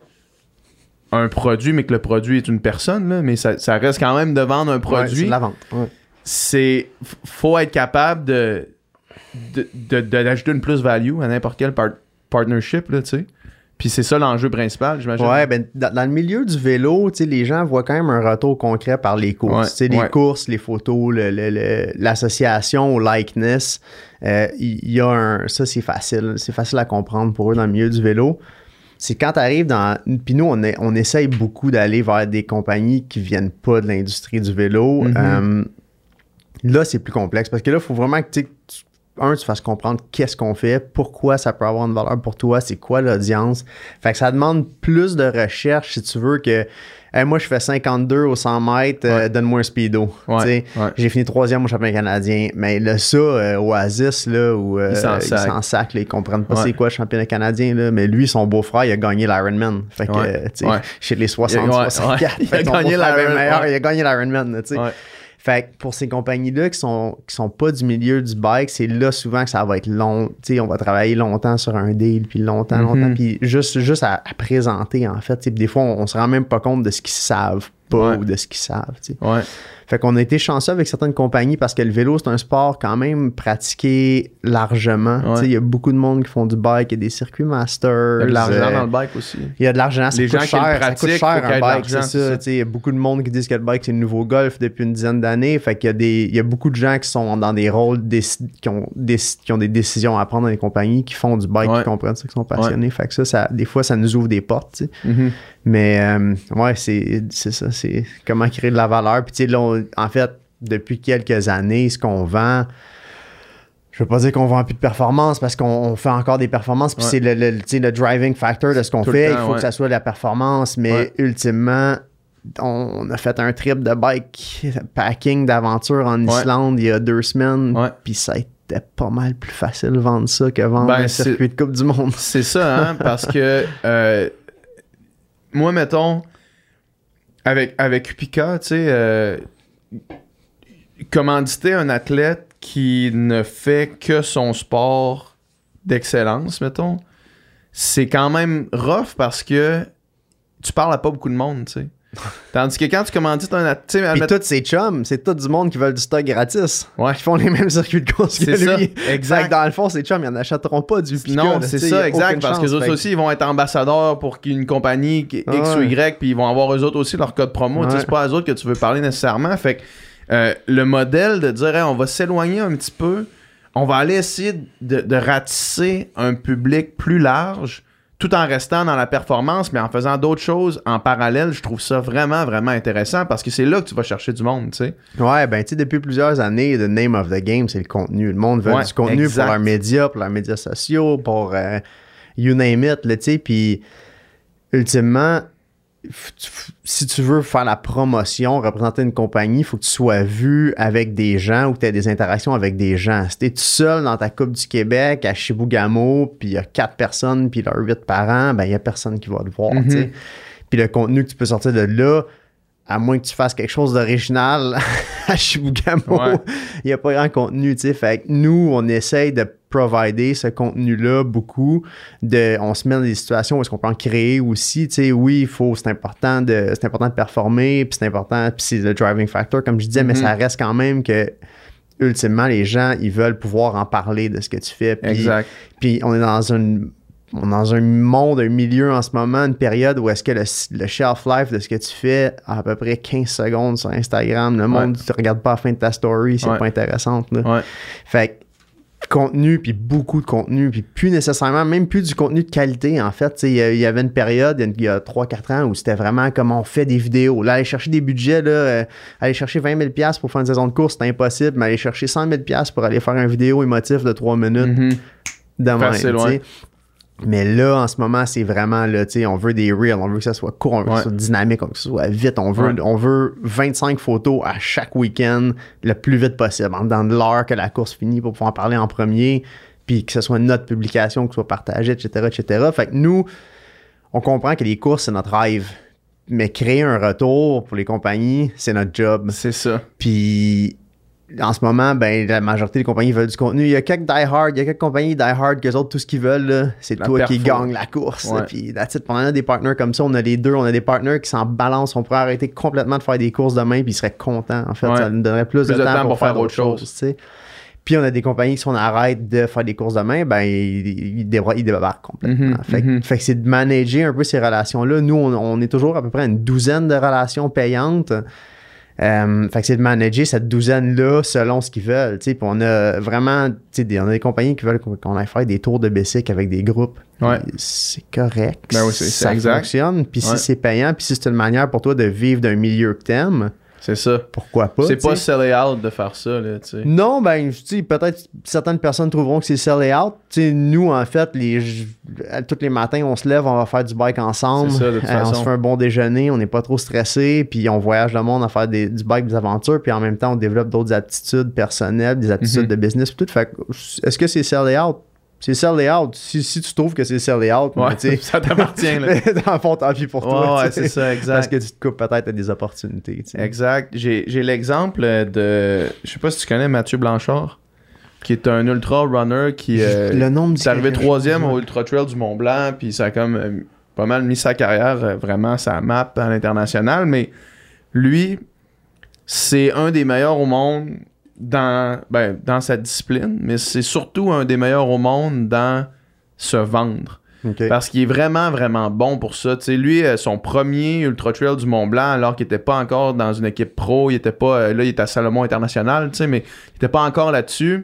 un produit, mais que le produit est une personne, là, mais ça, ça reste quand même de vendre un Ouais, produit. c'est de la vente. Ouais. C'est f- faut être capable de, de, de- de- d'ajouter une plus-value à n'importe quel par- partnership, là, tu sais. Puis c'est ça l'enjeu principal, j'imagine. Ouais, ben, dans, dans le milieu du vélo, tu sais, les gens voient quand même un retour concret par les courses. Ouais, Tu sais, les ouais. courses, les photos, le- le- le- l'association au likeness. euh, Il y, y a un. Ça, c'est facile. C'est facile à comprendre pour eux dans le milieu du vélo. C'est quand tu arrives dans. Puis nous, on, est, on essaye beaucoup d'aller vers des compagnies qui viennent pas de l'industrie du vélo. Mhm. Euh, là, c'est plus complexe parce que là, il faut vraiment que tu sais, tu- un, tu fasses comprendre qu'est-ce qu'on fait, pourquoi ça peut avoir une valeur pour toi, c'est quoi l'audience. Fait que ça demande plus de recherche si tu veux que hey, moi je fais cinquante-deux au cent mètres, euh, Ouais. donne-moi un speedo. Ouais, Tu sais, ouais. j'ai fini troisième au championnat canadien. Mais là, ça, euh, Oasis, là, où euh, Ils s'en ils sacent. s'en sacent, là, ils comprennent pas Ouais. c'est quoi le championnat canadien. Là. Mais lui, son beau-frère, il a gagné l'Ironman. Fait que, Ouais. euh, tu sais, Ouais. chez les soixante Il a- ouais, soixante-quatre. ouais. Fait Il a que son gagné beau-frère est l'Iron- meilleur, ouais. il a gagné l'Ironman. là, tu sais. Ouais. Fait que pour ces compagnies-là qui sont, qui sont pas du milieu du bike, c'est là souvent que ça va être long. Tu sais, on va travailler longtemps sur un deal, puis longtemps, Mhm. longtemps, puis juste, juste à, à présenter, en fait. Tu sais, des fois, on, on se rend même pas compte de ce qu'ils savent pas Ouais. ou de ce qu'ils savent. Tu sais. Ouais. Fait qu'on a été chanceux avec certaines compagnies parce que le vélo, c'est un sport quand même pratiqué largement. Ouais. Il y a beaucoup de monde qui font du bike, il y a des circuits masters. Il y a de l'argent euh, dans le bike aussi. Il y a de l'argent, ça Les coûte gens qui cher, le pratiquent, ça coûte cher faut qu'il y ait un de bike, l'argent, c'est c'est ça. ça. Tu sais, il y a beaucoup de monde qui disent que le bike, c'est le nouveau golf depuis une dizaine d'années. Fait qu'il y a des, il y a beaucoup de gens qui sont dans des rôles, déci- qui, ont des, qui ont des décisions à prendre dans les compagnies, qui font du bike, Ouais. qui comprennent ça, qui sont passionnés. Fait que ça, ça, des fois, ça nous ouvre des portes, tu sais. Mhm. Mais euh, ouais, c'est, c'est ça, c'est comment créer de la valeur. Puis tu sais, là, on- en fait, depuis quelques années, ce qu'on vend, je veux pas dire qu'on vend plus de performance parce qu'on on fait encore des performances, puis Ouais. c'est le, le, tu sais, le driving factor de ce qu'on Tout le fait. temps, Il faut ouais. que ça soit de la performance, mais Ouais. ultimement, on, on a fait un trip de bike packing d'aventure en Ouais. Islande il y a deux semaines, Ouais. puis ça a été pas mal plus facile de vendre ça que vendre Ben, un c'est- circuit de Coupe du Monde. C'est ça, hein, parce que euh, moi, mettons, avec, avec Upica, tu sais, euh, commanditer un athlète qui ne fait que son sport d'excellence, mettons, c'est quand même rough parce que tu parles à pas beaucoup de monde, tu sais. Tandis que quand tu commandites un athlète... Puis tous ces chums, c'est tout du monde qui veulent du stock gratis. Ouais. Qui font les mêmes circuits de course que C'est ça, lui. exact. Fait que dans le fond, ces chums, ils n'en achèteront pas du Pika. Non, là, c'est tu sais, y ça, a exact. aucune Parce que chance. les autres Fait que- aussi, ils vont être ambassadeurs pour une compagnie qui- X Ah ou ouais. Y, puis ils vont avoir eux autres aussi leur code promo. Tu sais, Ouais. c'est pas à eux autres que tu veux parler nécessairement. Fait que euh, le modèle de dire, hey, on va s'éloigner un petit peu, on va aller essayer de, de ratisser un public plus large, tout en restant dans la performance, mais en faisant d'autres choses en parallèle, je trouve ça vraiment, vraiment intéressant parce que c'est là que tu vas chercher du monde, tu sais. Ouais, ben tu sais, depuis plusieurs années, the name of the game, c'est le contenu. Le monde veut Ouais, du contenu exact. pour leurs médias, pour leurs médias sociaux, pour euh, you name it, là, tu sais. Puis, ultimement, f- tu- f- si tu veux faire la promotion, représenter une compagnie, il faut que tu sois vu avec des gens ou que tu aies des interactions avec des gens. Si t'es tout seul dans ta Coupe du Québec à Chibougamau, puis il y a quatre personnes, puis leurs huit parents, ben il y a personne qui va te voir, Mhm. tu sais. Puis le contenu que tu peux sortir de là, à moins que tu fasses quelque chose d'original à Chibougamau, Ouais. il n'y a pas grand contenu, tu sais. Fait que nous, on essaye de provider ce contenu-là beaucoup. De, on se met dans des situations où est-ce qu'on peut en créer aussi, tu sais. Oui, il faut, c'est important de, c'est important de performer, puis c'est important, puis c'est le driving factor, comme je disais, mais Mhm. ça reste quand même que, ultimement, les gens, ils veulent pouvoir en parler de ce que tu fais. Puis, Exact. puis on est dans une on est dans un monde, un milieu en ce moment, une période où est-ce que le, le shelf life de ce que tu fais a à peu près quinze secondes sur Instagram. Le monde, tu ne regardes pas la fin de ta story, c'est Ouais. pas intéressant. Là. Ouais. Fait que contenu, puis beaucoup de contenu, puis plus nécessairement, même plus du contenu de qualité, en fait. Il y, a- il y avait une période, il y a trois quatre ans, où c'était vraiment comme on fait des vidéos. Là, aller chercher des budgets, là, euh, aller chercher vingt mille dollars pour faire une saison de course, c'était impossible, mais aller chercher cent mille dollars pour aller faire une vidéo émotif de trois minutes, Mhm. de même, Facile, tu sais. ouais. Mais là, en ce moment, c'est vraiment, là, tu sais, on veut des reels, on veut que ça soit court, on veut que Ouais. ça soit dynamique, on veut que ça soit vite, on veut, Ouais. on veut vingt-cinq photos à chaque week-end le plus vite possible, en dedans de l'heure que la course finit pour pouvoir en parler en premier, puis que ce soit notre publication, que ce soit partagé, et cetera, et cetera. Fait que nous, on comprend que les courses, c'est notre rêve. Mais créer un retour pour les compagnies, c'est notre job. C'est ça. Puis en ce moment, ben, la majorité des compagnies veulent du contenu. Il y a quelques die-hard, il y a quelques compagnies die-hard qu'eux autres, tout ce qu'ils veulent, là, c'est La toi qui perfo. gagne la course. Ouais. là. Puis that's it. Puis on a des partenaires comme ça, on a les deux, on a des partenaires qui s'en balancent. On pourrait arrêter complètement de faire des courses demain, puis ils seraient contents. En fait, Ouais. ça nous donnerait plus, de, temps pour, faire autre chose. tu sais. Puis on a des compagnies qui, si on arrête de faire des courses demain, ben, ils, ils, débra- ils débarquent complètement. Mhm, fait, que- mhm. fait que c'est de manager un peu ces relations-là. Nous, on, on est toujours à peu près une douzaine de relations payantes. Euh, fait que c'est de manager cette douzaine-là selon ce qu'ils veulent. Puis on a vraiment des, on a des compagnies qui veulent qu'on, qu'on aille faire des tours de bicycle avec des groupes. Ouais. Puis c'est correct. Ben oui, c'est- c'est ça exact. fonctionne. Puis Ouais. si c'est payant, puis si c'est une manière pour toi de vivre d'un milieu que t'aimes, C'est ça. pourquoi pas? C'est tu pas sais. sell out de faire ça, là, tu sais. Non, ben, je dis, peut-être certaines personnes trouveront que c'est sell out. Tu sais, nous, en fait, les, tous les matins, on se lève, on va faire du bike ensemble. C'est ça, de toute Euh, on façon. se fait un bon déjeuner, on n'est pas trop stressé, puis on voyage le monde à faire des, du bike, des aventures, puis en même temps, on développe d'autres aptitudes personnelles, des aptitudes Mhm. de business, puis tout. Fait que, est-ce que c'est sell out? C'est sell out. Si, si tu trouves que c'est sell out, Ouais, mais tu sais, ça t'appartient, là. dans le fond, tant pis pour toi. Ouais, ouais, tu sais. c'est ça, exact. Parce que tu te coupes peut-être à des opportunités. tu sais. Exact. J'ai, j'ai l'exemple de... Je sais pas si tu connais Mathieu Blanchard, qui est un ultra runner qui... euh, Le nombre de c'est arrivé troisième au Ultra Trail du Mont-Blanc, puis ça a comme euh, pas mal mis sa carrière euh, vraiment à sa map à l'international, mais lui, c'est un des meilleurs au monde dans, ben, dans sa discipline, mais c'est surtout un des meilleurs au monde dans se vendre. Okay. Parce qu'il est vraiment, vraiment bon pour ça. T'sais, lui, son premier Ultra Trail du Mont-Blanc, alors qu'il était pas encore dans une équipe pro, il était pas, là, il était à Salomon International, mais il était pas encore là-dessus.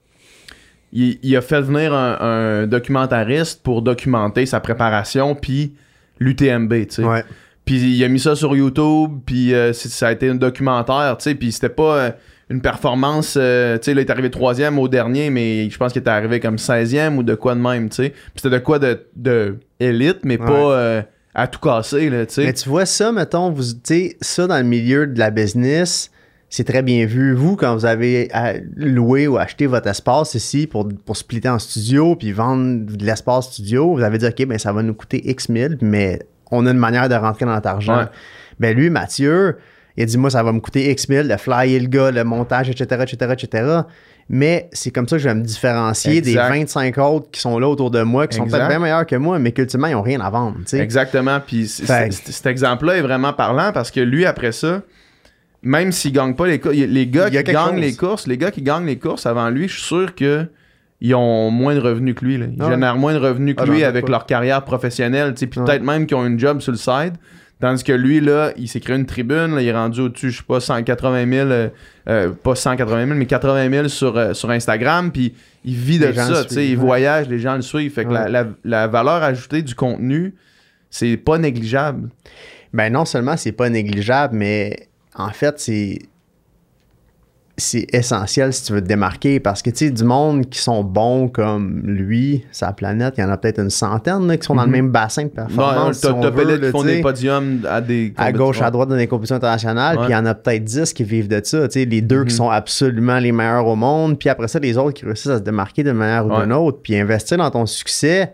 Il, il a fait venir un, un documentariste pour documenter sa préparation, puis l'U T M B, tu sais. Ouais. Puis il a mis ça sur YouTube, puis euh, ça a été un documentaire, tu sais, puis c'était pas euh, une performance, euh, tu sais, là, il est arrivé troisième au dernier, mais je pense qu'il était arrivé comme seizième ou de quoi de même, tu sais. Puis c'était de quoi de, de élite, mais ouais. pas euh, à tout casser, là, tu sais. Mais tu vois ça, mettons, vous, tu sais, ça dans le milieu de la business, c'est très bien vu. Vous, quand vous avez loué ou acheté votre espace ici pour, pour splitter en studio, puis vendre de l'espace studio, vous avez dit, OK, ben ça va nous coûter X mille, mais on a une manière de rentrer dans notre argent. Ouais. Ben lui, Mathieu, il a dit, moi, ça va me coûter X mille, de flyer le gars, le montage, et cetera, et cetera, et cetera. Mais c'est comme ça que je vais me différencier exact. des vingt-cinq autres qui sont là autour de moi, qui sont exact. peut-être bien meilleurs que moi, mais qu'ultimement, ils n'ont rien à vendre. T'sais. Exactement. Puis cet exemple-là est vraiment parlant parce que lui, après ça, même s'il ne gagne pas les courses, les gars qui gagnent chose. les courses, les gars qui gagnent les courses avant lui, je suis sûr que ils ont moins de revenus que lui. Là. Ils ah génèrent ouais. moins de revenus que ah, lui avec pas. leur carrière professionnelle. Puis ah. peut-être même qu'ils ont une job sur le side. Tandis que lui, là, il s'est créé une tribune. Là, il est rendu au-dessus, je sais pas, cent quatre-vingt mille, euh, euh, pas cent quatre-vingt mille, mais quatre-vingt mille sur, euh, sur Instagram. Puis il vit de ça. Suivent, il ouais. voyage, les gens le suivent. Fait que ouais. la, la, la valeur ajoutée du contenu, c'est pas négligeable. Ben non seulement c'est pas négligeable, mais en fait, c'est... c'est essentiel si tu veux te démarquer parce que, tu sais, du monde qui sont bons comme lui, sa planète, il y en a peut-être une centaine là, qui sont mm-hmm. dans le même bassin de performance. Non, t'as peut-être qui font des podiums à des à gauche, à droite dans des compétitions internationales, ouais. puis il y en a peut-être dix qui vivent de ça. Tu sais, les deux mm-hmm. qui sont absolument les meilleurs au monde, puis après ça, les autres qui réussissent à se démarquer d'une manière ou ouais. d'une autre, puis investir dans ton succès.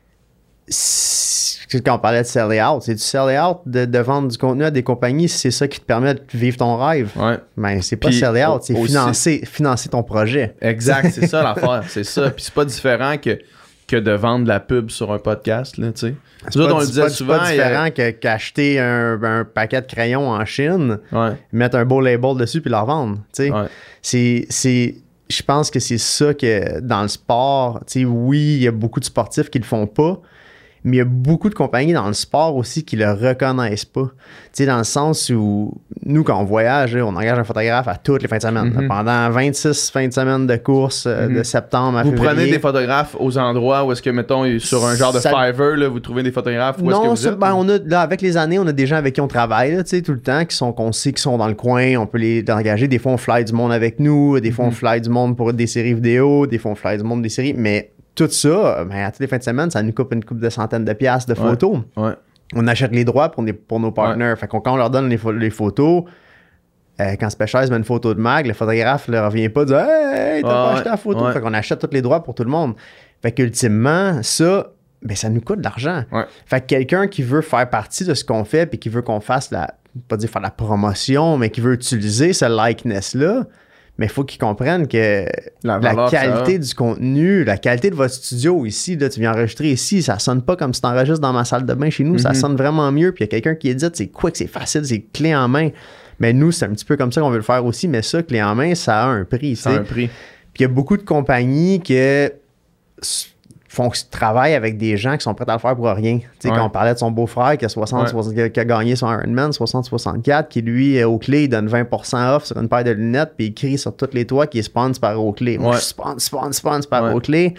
Quand on parlait de sell out, c'est du sell out de, de vendre du contenu à des compagnies, c'est ça qui te permet de vivre ton rêve. Ouais. Mais c'est pas Puis, sell out, c'est financer, financer ton projet. Exact, c'est ça l'affaire, c'est ça. Puis c'est pas différent que, que de vendre de la pub sur un podcast, là, tu sais. C'est pas, on le disait pas, souvent, pas différent a... que, qu'acheter un, un paquet de crayons en Chine, ouais. mettre un beau label dessus puis le revendre, tu sais. Ouais. C'est... c'est je pense que c'est ça que dans le sport, tu sais, oui, il y a beaucoup de sportifs qui le font pas, mais il y a beaucoup de compagnies dans le sport aussi qui le reconnaissent pas. Tu sais, dans le sens où, nous, quand on voyage, on engage un photographe à toutes les fins de semaine. Mm-hmm. Pendant vingt-six fins de semaine de course, mm-hmm. de septembre à vous février. Vous prenez des photographes aux endroits où est-ce que, mettons, sur un genre de ça... Fiverr, là, vous trouvez des photographes où non, est-ce que vous êtes? Ben, on a, là, avec les années, on a des gens avec qui on travaille, là, tu sais, tout le temps, qui sont, qu'on sait qui sont dans le coin, on peut les engager. Des fois, on fly du monde avec nous, des fois, mm-hmm. on fly du monde pour des séries vidéo, des fois, on fly du monde des séries, mais... Tout ça, ben, à toutes les fins de semaine, ça nous coupe une coupe de centaines de piastres de photos. Ouais, ouais. On achète les droits pour, des, pour nos partenaires. Ouais. Fait qu'on, quand on leur donne les, les photos, euh, quand Specialized met une photo de mag, le photographe ne revient pas dire « Hey, t'as ah, pas ouais, acheté la photo! Ouais. » Fait qu'on achète tous les droits pour tout le monde. Fait qu'ultimement, ça, ben, ça nous coûte de l'argent. Ouais. Fait que quelqu'un qui veut faire partie de ce qu'on fait puis qui veut qu'on fasse la, pas dire faire la promotion, mais qui veut utiliser ce likeness-là, mais il faut qu'ils comprennent que la, la qualité du contenu, la qualité de votre studio ici, là, tu viens enregistrer ici, ça sonne pas comme si tu enregistres dans ma salle de bain chez nous, mm-hmm. ça sonne vraiment mieux. Puis il y a quelqu'un qui édite, c'est quick, c'est facile, c'est clé en main. Mais nous, c'est un petit peu comme ça qu'on veut le faire aussi, mais ça, clé en main, ça a un prix. Ça a un prix. Puis il y a beaucoup de compagnies qui font travaillent avec des gens qui sont prêts à le faire pour rien. Tu sais, ouais. Quand on parlait de son beau-frère qui a, soixante, ouais. soixante, qui a gagné son Ironman soixante soixante-quatre, qui lui, Oakley, il donne vingt pour cent off sur une paire de lunettes, puis il crie sur tous les toits qu'il est sponsor par Oakley. Moi, ouais. je suis sponsor, sponsor, sponsor par ouais. Oakley.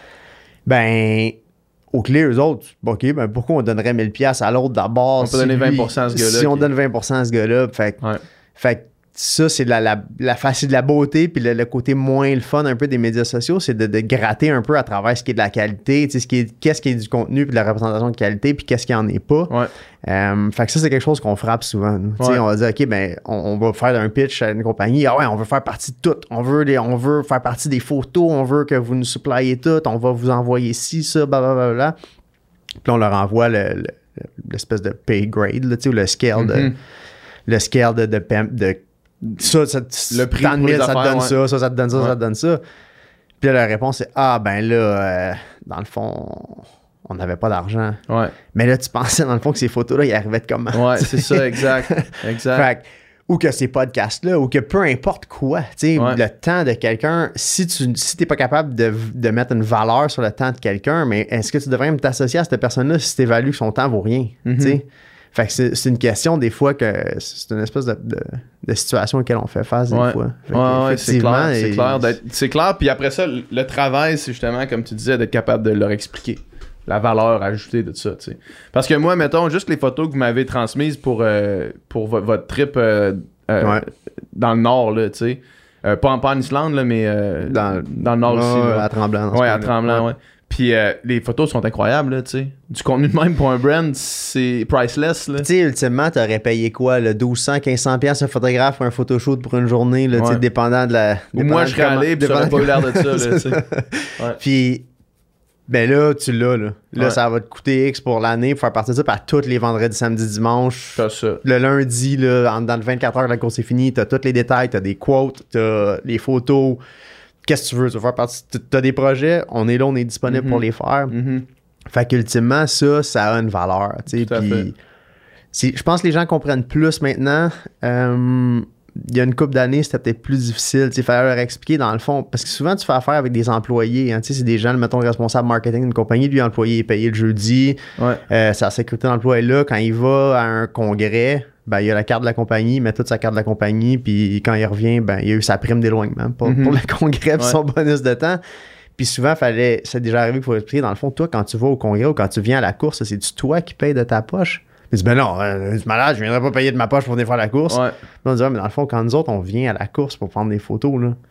Ben, Oakley, eux autres, OK, ben pourquoi on donnerait mille dollars à l'autre d'abord? On peut si donner vingt pour cent à ce gars-là. Si qui... on donne vingt pour cent à ce gars-là, fait, ouais. fait ça, c'est la, la, la facile de la beauté, puis le, le côté moins le fun un peu des médias sociaux, c'est de, de gratter un peu à travers ce qui est de la qualité, tu sais, ce qui est, qu'est-ce qui est du contenu, puis de la représentation de qualité, puis qu'est-ce qui en est pas. Ouais. Euh, fait que ça, c'est quelque chose qu'on frappe souvent. Nous. Ouais. On va dire, OK, ben, on, on va faire un pitch à une compagnie. Ah ouais, on veut faire partie de tout. On veut, les, on veut faire partie des photos, on veut que vous nous suppliez tout, on va vous envoyer ci, ça, blablabla. Puis là, on leur envoie le, le, l'espèce de pay grade, là, tu sais, le scale mm-hmm. de... Le scale de... de, de, de Ça, ça, le prix tant de mille, ça te donne ouais. ça, ça, ça te donne ça, ouais. ça te donne ça. Puis là, la réponse est ah, ben là, euh, dans le fond, on n'avait pas d'argent. Ouais. Mais là, tu pensais, dans le fond, que ces photos-là, ils arrivaient de comment? Ouais, c'est ça, exact. exact. Fait ou que ces podcasts-là, ou que peu importe quoi, tu sais, Ouais. le temps de quelqu'un, si tu si t'es pas capable de, de mettre une valeur sur le temps de quelqu'un, mais est-ce que tu devrais même t'associer à cette personne-là si tu évalues que son temps vaut rien, Mhm. tu sais? Fait que c'est, c'est une question des fois que c'est une espèce de, de, de situation auquel on fait face des Ouais. fois. Fait Ouais, que ouais, c'est effectivement, clair, c'est et- clair. d'être- C'est clair, puis après ça, le le travail, c'est justement, comme tu disais, d'être capable de leur expliquer la valeur ajoutée de ça, tu sais. Parce que moi, mettons, juste les photos que vous m'avez transmises pour, euh, pour vo- votre trip euh, euh, Ouais. dans le nord, là, tu sais. Euh, pas, en, pas en Islande, là, mais euh, Dans- dans le nord Ouais, aussi. ouais, là. à Tremblant. dans ce Ouais, à coin-là. Tremblant, ouais. Puis euh, les photos sont incroyables, là, tu sais. Du contenu de même pour un brand, c'est priceless, là. Tu sais, ultimement, t'aurais payé quoi, le douze cents, quinze cents piastres un photographe pour un photoshoot pour une journée, là, tu sais, Ouais. dépendant de la... Ou dépendant moi, de je serais comment- allé, puis ça aurait dépendant pas eu de- l'air de ça, là, tu sais. Ouais. Puis, ben là, tu l'as, là. Là, Ouais. ça va te coûter X pour l'année pour faire partie de ça, puis à tous les vendredis, samedis, dimanches. T'as ça. Le lundi, là, en- dans le vingt-quatre heures, la course est finie, t'as tous les détails, t'as des quotes, t'as les photos. Qu'est-ce que tu veux? Tu veux faire partie... T'as des projets, on est là, on est disponible Mhm. pour les faire. Mhm. Fait qu'ultimement, ça, ça a une valeur, tu sais. Tout à fait. Puis, c'est- je pense que les gens comprennent plus maintenant. Euh, il y a une couple d'années, c'était peut-être plus difficile. Il fallait leur expliquer dans le fond. Parce que souvent, tu fais affaire avec des employés. Hein, tu sais, c'est des gens, mettons, le responsable marketing d'une compagnie. Lui, l'employé est payé le jeudi. Ouais. Euh, sa sécurité d'emploi est là. Quand il va à un congrès, ben, il a la carte de la compagnie, il met toute sa carte de la compagnie. Puis quand il revient, ben, il a eu sa prime d'éloignement pour, Mhm. pour le congrès puis Ouais. son bonus de temps. Puis souvent, fallait, c'est déjà arrivé qu'il faut expliquer, dans le fond, toi, quand tu vas au congrès ou quand tu viens à la course, c'est-tu toi qui payes de ta poche? Il dit, ben non, euh, tu es malade, je viendrai pas payer de ma poche pour venir faire la course. Ouais. Puis on dit, ouais, mais dans le fond, quand nous autres, on vient à la course pour prendre des photos, là,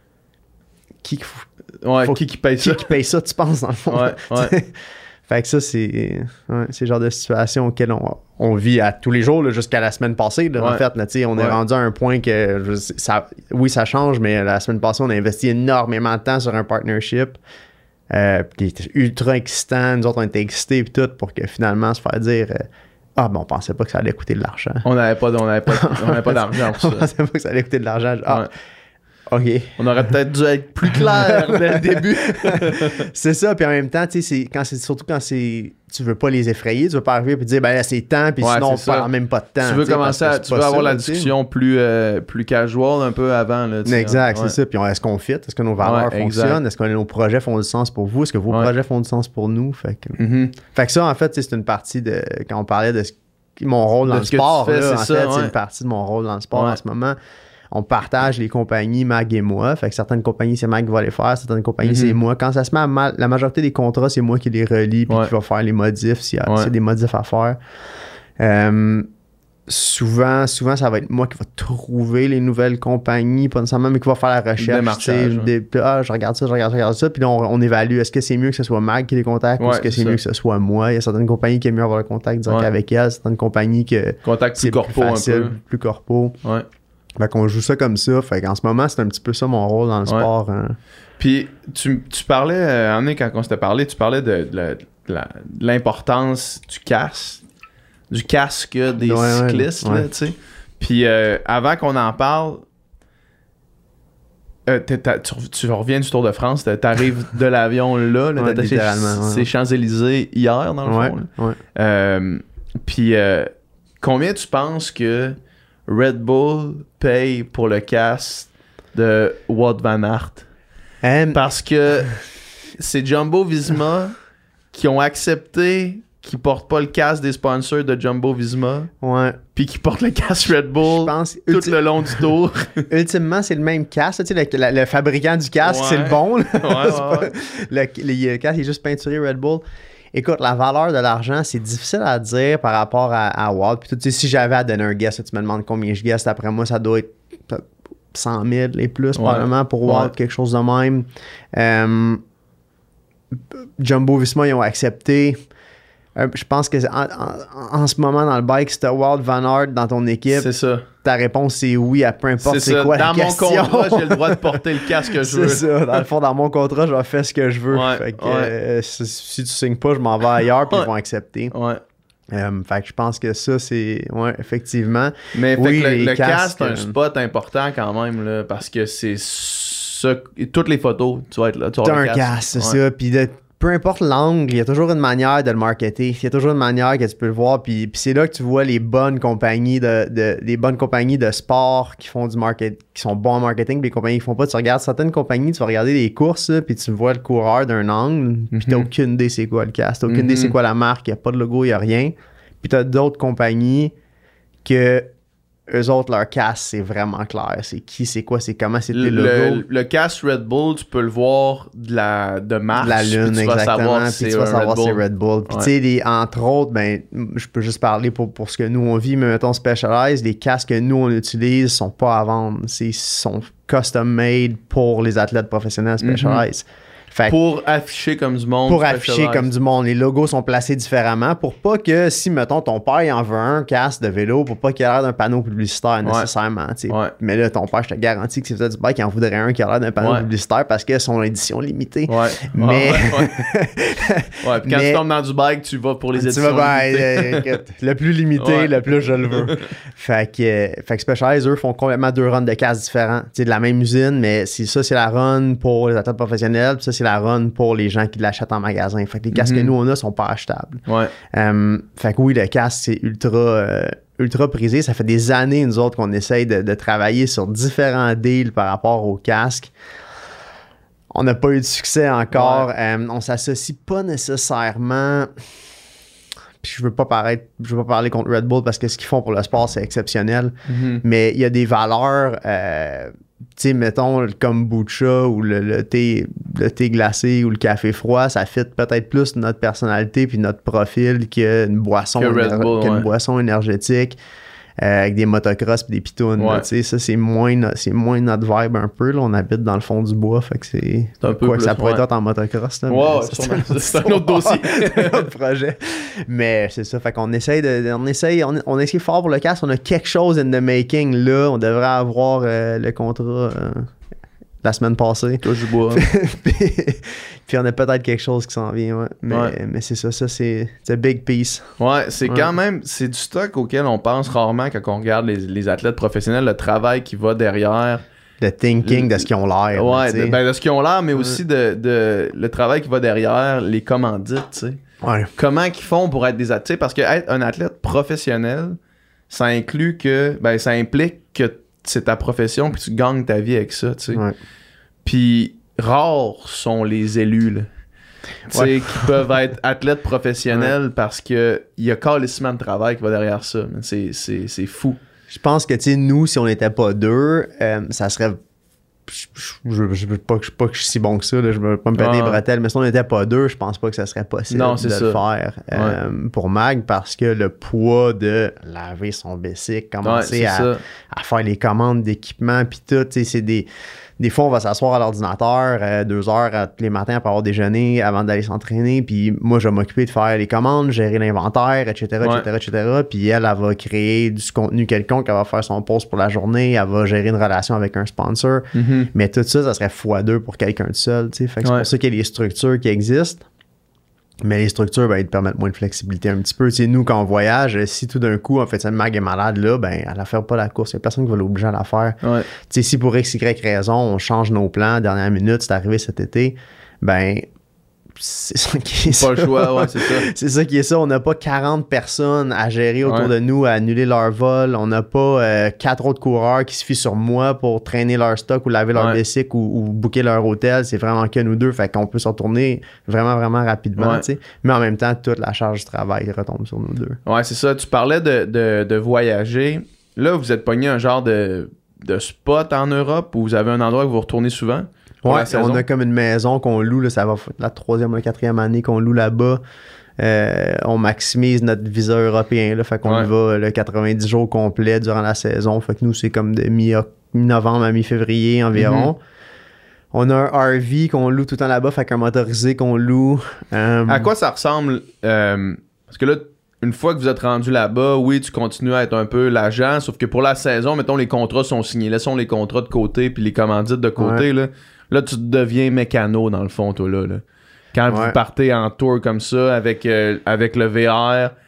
qui, Ouais, Faut- qui qui paye ça? qui, qui paye ça, tu penses, dans le fond? Ouais, ouais. Fait que ça, c'est, ouais, c'est le genre de situation auquel on, on vit à tous les jours, là, jusqu'à la semaine passée. Là, En Ouais. fait, là, tu sais, on est Ouais. rendu à un point que je sais- ça, oui, ça change, mais la semaine passée, on a investi énormément de temps sur un partnership. Euh, puis qui était ultra excitant. Nous autres, on était excités puis tout pour que finalement se faire dire euh, ah, ben on pensait pas que ça allait coûter de l'argent. On n'avait pas, on avait pas, on avait pas d'argent pour On ça. pensait pas que ça allait coûter de l'argent. Ah, Ouais. OK. On aurait peut-être dû être plus clair dès le début. C'est ça, puis en même temps, tu sais, c'est, quand c'est, surtout quand c'est, tu veux pas les effrayer, tu veux pas arriver et dire, ben là, c'est temps, puis Ouais, sinon, on c'est ça. parle même pas de temps. tu veux tu sais, commencer parce à, que tu c'est veux pas avoir ça, la tu sais. discussion plus, euh, plus casual un peu avant. Là, tu sais. Exact, Ouais. c'est ça. Puis on- est-ce qu'on fit? Est-ce que nos valeurs Ouais, exact. fonctionnent? Est-ce que nos projets font du sens pour vous? Est-ce que vos Ouais. projets font du sens pour nous? Fait que, Mhm. fait que ça, en fait, tu sais, c'est une partie de. Quand on parlait de ce- mon rôle dans De le ce que sport, tu fais, là, c'est en ça, fait, ouais. c'est une partie de mon rôle dans le sport Ouais. en ce moment. On partage les compagnies, Mag et moi. Fait que certaines compagnies, c'est Mag qui va les faire. Certaines compagnies, Mhm. c'est moi. Quand ça se met à mal, la majorité des contrats, c'est moi qui les relie puis Ouais. qui va faire les modifs s'il y a, Ouais. s'il y a des modifs à faire. Euh, souvent, souvent, ça va être moi qui va trouver les nouvelles compagnies, pas nécessairement, mais qui va faire la recherche. démarchage, tu sais, ouais. des- puis, ah, je regarde ça, je regarde ça, je regarde ça. Puis là, on, on évalue. Est-ce que c'est mieux que ce soit Mag qui les contacte ou Ouais, est-ce que c'est c'est ça. mieux que ce soit moi? Il y a certaines compagnies qui aiment mieux avoir le contact direct Ouais. avec elles, certaines compagnies que Contact c'est plus plus corpo un facile, peu. plus corpo. Ouais. Fait qu'on joue ça comme ça. Fait qu'en ce moment, c'est un petit peu ça mon rôle dans le Ouais. sport. hein. Puis tu, tu parlais, euh, un moment donné, quand on s'était parlé, tu parlais de, de la- de la- de l'importance du casque, du casque des Ouais, ouais, cyclistes, ouais. là, tu sais. Puis euh, avant qu'on en parle, euh, t'es- t'as- tu, tu reviens du Tour de France, t'as- t'arrives de l'avion là, là Ouais, t'as attaché littéralement, ouais. ces Champs-Élysées hier, dans le Ouais, fond. là. ouais. Euh, Puis euh, combien tu penses que Red Bull paye pour le casque de Wout van Aert? Euh, Parce que c'est Jumbo Visma qui ont accepté qu'ils portent pas le casque des sponsors de Jumbo Visma, ouais. puis qui portent le casque Red Je Bull pense, tout ulti- le long du tour. ultimement, c'est le même casque. Tu sais, le, le- le fabricant du casque, Ouais. c'est le bon. là. Ouais, ouais, C'est pas- ouais. le, le- le casque est juste peinturé Red Bull. Écoute, la valeur de l'argent, c'est difficile à dire par rapport à, à Walt. Puis tout, tu sais, si j'avais à donner un guess, tu me demandes combien je guess, après moi, ça doit être peut-être cent mille et plus, Ouais. probablement, pour Walt, Ouais. quelque chose de même. Euh, Jumbo Visma, ils ont accepté. Euh, je pense que en, en- en ce moment, dans le bike, si t'as Wout van Aert dans ton équipe, C'est ça. ta réponse c'est oui à peu importe C'est c'est ça. quoi Dans la mon question. contrat, j'ai le droit de porter le casque que je C'est veux. ça. Dans le fond, dans mon contrat, je vais faire ce que je veux. Ouais, Fait que, ouais. euh, si, si tu signes pas, je m'en vais ailleurs puis Ouais. ils vont accepter. Ouais. Euh, fait que je pense que ça, c'est... Ouais, effectivement. Mais fait Oui, que le, les le casque, casques, c'est un euh, spot important quand même, là, parce que c'est ça. Toutes les photos, tu vas être là. Tu vas T'as avoir un le casque, c'est Ouais. ça. Puis de- peu importe l'angle, il y a toujours une manière de le marketer. Il y a toujours une manière que tu peux le voir. Puis, puis c'est là que tu vois les bonnes compagnies de, de les bonnes compagnies de sport qui font du market, qui sont bons en marketing, puis les compagnies qui font pas. Tu regardes certaines compagnies, tu vas regarder des courses, là, puis tu vois le coureur d'un angle, puis t'as Mm-hmm. aucune idée c'est quoi le cast, t'as aucune Mm-hmm. idée c'est quoi la marque, il n'y a pas de logo, il n'y a rien. Puis t'as d'autres compagnies que eux autres, leur cast, c'est vraiment clair. C'est qui, c'est quoi, c'est comment, c'est tes Le, logos. le, le cast Red Bull, tu peux le voir de, la, de Mars. De la Lune, puis tu vas exactement. savoir Puis si tu c'est vas un savoir Red c'est Bull. Red Bull. Puis Ouais. tu sais, les- entre autres, ben, je peux juste parler pour, pour ce que nous on vit, mais mettons Specialized, les casques que nous on utilise sont pas à vendre. C'est sont custom made pour les athlètes professionnels Specialized. Fait que Pour afficher comme du monde. pour Specialized. afficher comme du monde, les logos sont placés différemment pour pas que si, mettons, ton père il en veut un casque de vélo, pour pas qu'il ait l'air d'un panneau publicitaire nécessairement. tu sais. Ouais. Mais là, ton père, je te garantis que si tu du bike, il en voudrait un qui a l'air d'un panneau Ouais. publicitaire parce que son édition limitée. Ouais. Mais- Ouais, ouais. Ouais, puis quand Mais- tu tombes dans du bike, tu vas pour les Tu éditions. vas, ben, limitées. euh, écoute, le plus limité, Ouais. le plus je le veux. fait, que, euh, fait que Specialized, eux, font complètement deux runs de casques différents. Tu sais, de la même usine, mais c'est, ça, c'est la run pour les athlètes professionnels, puis ça, c'est la run pour les gens qui l'achètent en magasin. Fait que les casques Mhm. que nous, on a sont pas achetables. Ouais. Euh, fait que oui, le casque, c'est ultra, euh, ultra prisé. Ça fait des années, nous autres, qu'on essaye de, de travailler sur différents deals par rapport au casque. On n'a pas eu de succès encore. Euh, on s'associe pas nécessairement. Puis je veux pas paraître, je veux pas parler contre Red Bull parce que ce qu'ils font pour le sport, c'est exceptionnel. Mhm. Mais il y a des valeurs, euh, tu sais, mettons le kombucha ou le, le thé, le thé glacé ou le café froid, ça fit peut-être plus notre personnalité puis notre profil qu'une boisson, Que Red éner- Bull, qu'une ouais. boisson énergétique. Euh, avec des motocross pis des pitounes. Ouais. là, tu sais, ça, c'est moins, no- c'est moins notre vibe un peu. Là. On habite dans le fond du bois, fait que c'est... C'est un peu Quoi que plus, ça pourrait ouais. être en motocross. Là, Ouais, mais ouais, ça, sûrement. c'est, C'est un autre dossier. c'est un autre projet. Mais c'est ça, fait qu'on essaye de... On essaye, on, on essaye fort pour le casque. On a quelque chose in the making, là. On devrait avoir euh, le contrat... euh, la semaine passée. Touche du bois. puis, puis on a peut-être quelque chose qui s'en vient, ouais. Mais, Ouais. mais c'est ça, ça c'est, c'est a big piece. Ouais, c'est Ouais. quand même, c'est du stock auquel on pense rarement quand on regarde les, les athlètes professionnels, le travail qui va derrière. Le thinking de ce qu'ils ont l'air. Ouais, là, tu sais. de, ben, de ce qu'ils ont l'air, mais aussi de, de le travail qui va derrière les commandites, tu sais. Ouais. Comment qu'ils font pour être des athlètes? Parce que être un athlète professionnel, ça inclut que, ben, ça implique que c'est ta profession puis tu gagnes ta vie avec ça, tu sais. Ouais. Puis rares sont les élus, là. Tu sais, Ouais. qui peuvent être athlètes professionnels parce que il y a calissement de travail qui va derrière ça. man. C'est, c'est, c'est fou. Je pense que, tu sais, nous, si on n'était pas deux, euh, ça serait. Je, je, je veux pas que je pas que je suis si bon que ça, là, je veux pas me péter les Ouais. bretelles, mais si on n'était pas deux, je pense pas que ça serait possible Non, de c'est le ça. faire euh, pour Mag parce que le poids de laver son bicycle, Ouais, commencer c'est à, ça. à faire les commandes d'équipement, puis tout, tu sais, c'est des. Des fois, on va s'asseoir à l'ordinateur euh, deux heures euh, tous les matins pour avoir déjeuner avant d'aller s'entraîner. Puis moi, je vais m'occuper de faire les commandes, gérer l'inventaire, et cetera, Ouais. et cetera, et cetera. Puis elle, elle va créer du contenu quelconque, elle va faire son post pour la journée, elle va gérer une relation avec un sponsor. Mhm. Mais tout ça, ça serait fois deux pour quelqu'un de seul. tu sais. Fait que c'est Ouais. pour ça qu'il y a des structures qui existent. Mais les structures, ben, ils te permettent moins de flexibilité un petit peu. Tu sais, nous, quand on voyage, si tout d'un coup, en fait, une mag est malade, là, ben, elle ne fait pas la course. Il n'y a personne qui va l'obliger à la faire. Ouais. Tu sais, si pour X, Y raison, on change nos plans, dernière minute, c'est arrivé cet été, ben, c'est ça qui est ça. Pas le choix, ouais, c'est ça. C'est ça qui est ça. On n'a pas quarante personnes à gérer autour Ouais. de nous, à annuler leur vol. On n'a pas euh, quatre autres coureurs qui se fient sur moi pour traîner leur stock ou laver leur Ouais. bicycle ou, ou booker leur hôtel. C'est vraiment que nous deux. Fait qu'on peut se retourner vraiment, vraiment rapidement. Ouais. tu sais. Mais en même temps, toute la charge du travail retombe sur nous deux. Ouais, c'est ça. Tu parlais de, de, de voyager. Là, vous êtes pogné un genre de, de spot en Europe où vous avez un endroit où vous retournez souvent? pour Ouais, la saison? on a comme une maison qu'on loue. Là, ça va faire la troisième ou la quatrième année qu'on loue là-bas. Euh, on maximise notre visa européen. Là, fait qu'on Ouais. y va le quatre-vingt-dix jours complets durant la saison. Fait que nous, c'est comme de mi- mi-novembre à mi-février environ. Mm-hmm. On a un R V qu'on loue tout le temps là-bas. Fait qu'un motorisé qu'on loue. Euh, À quoi ça ressemble? euh, parce que là, une fois que vous êtes rendu là-bas, oui, tu continues à être un peu l'agent, sauf que pour la saison, mettons, les contrats sont signés. Laissons les contrats de côté puis les commandites de côté. Là, là tu deviens mécano, dans le fond, toi, là. là. Quand Ouais. vous partez en tour comme ça, avec, euh, avec le V R,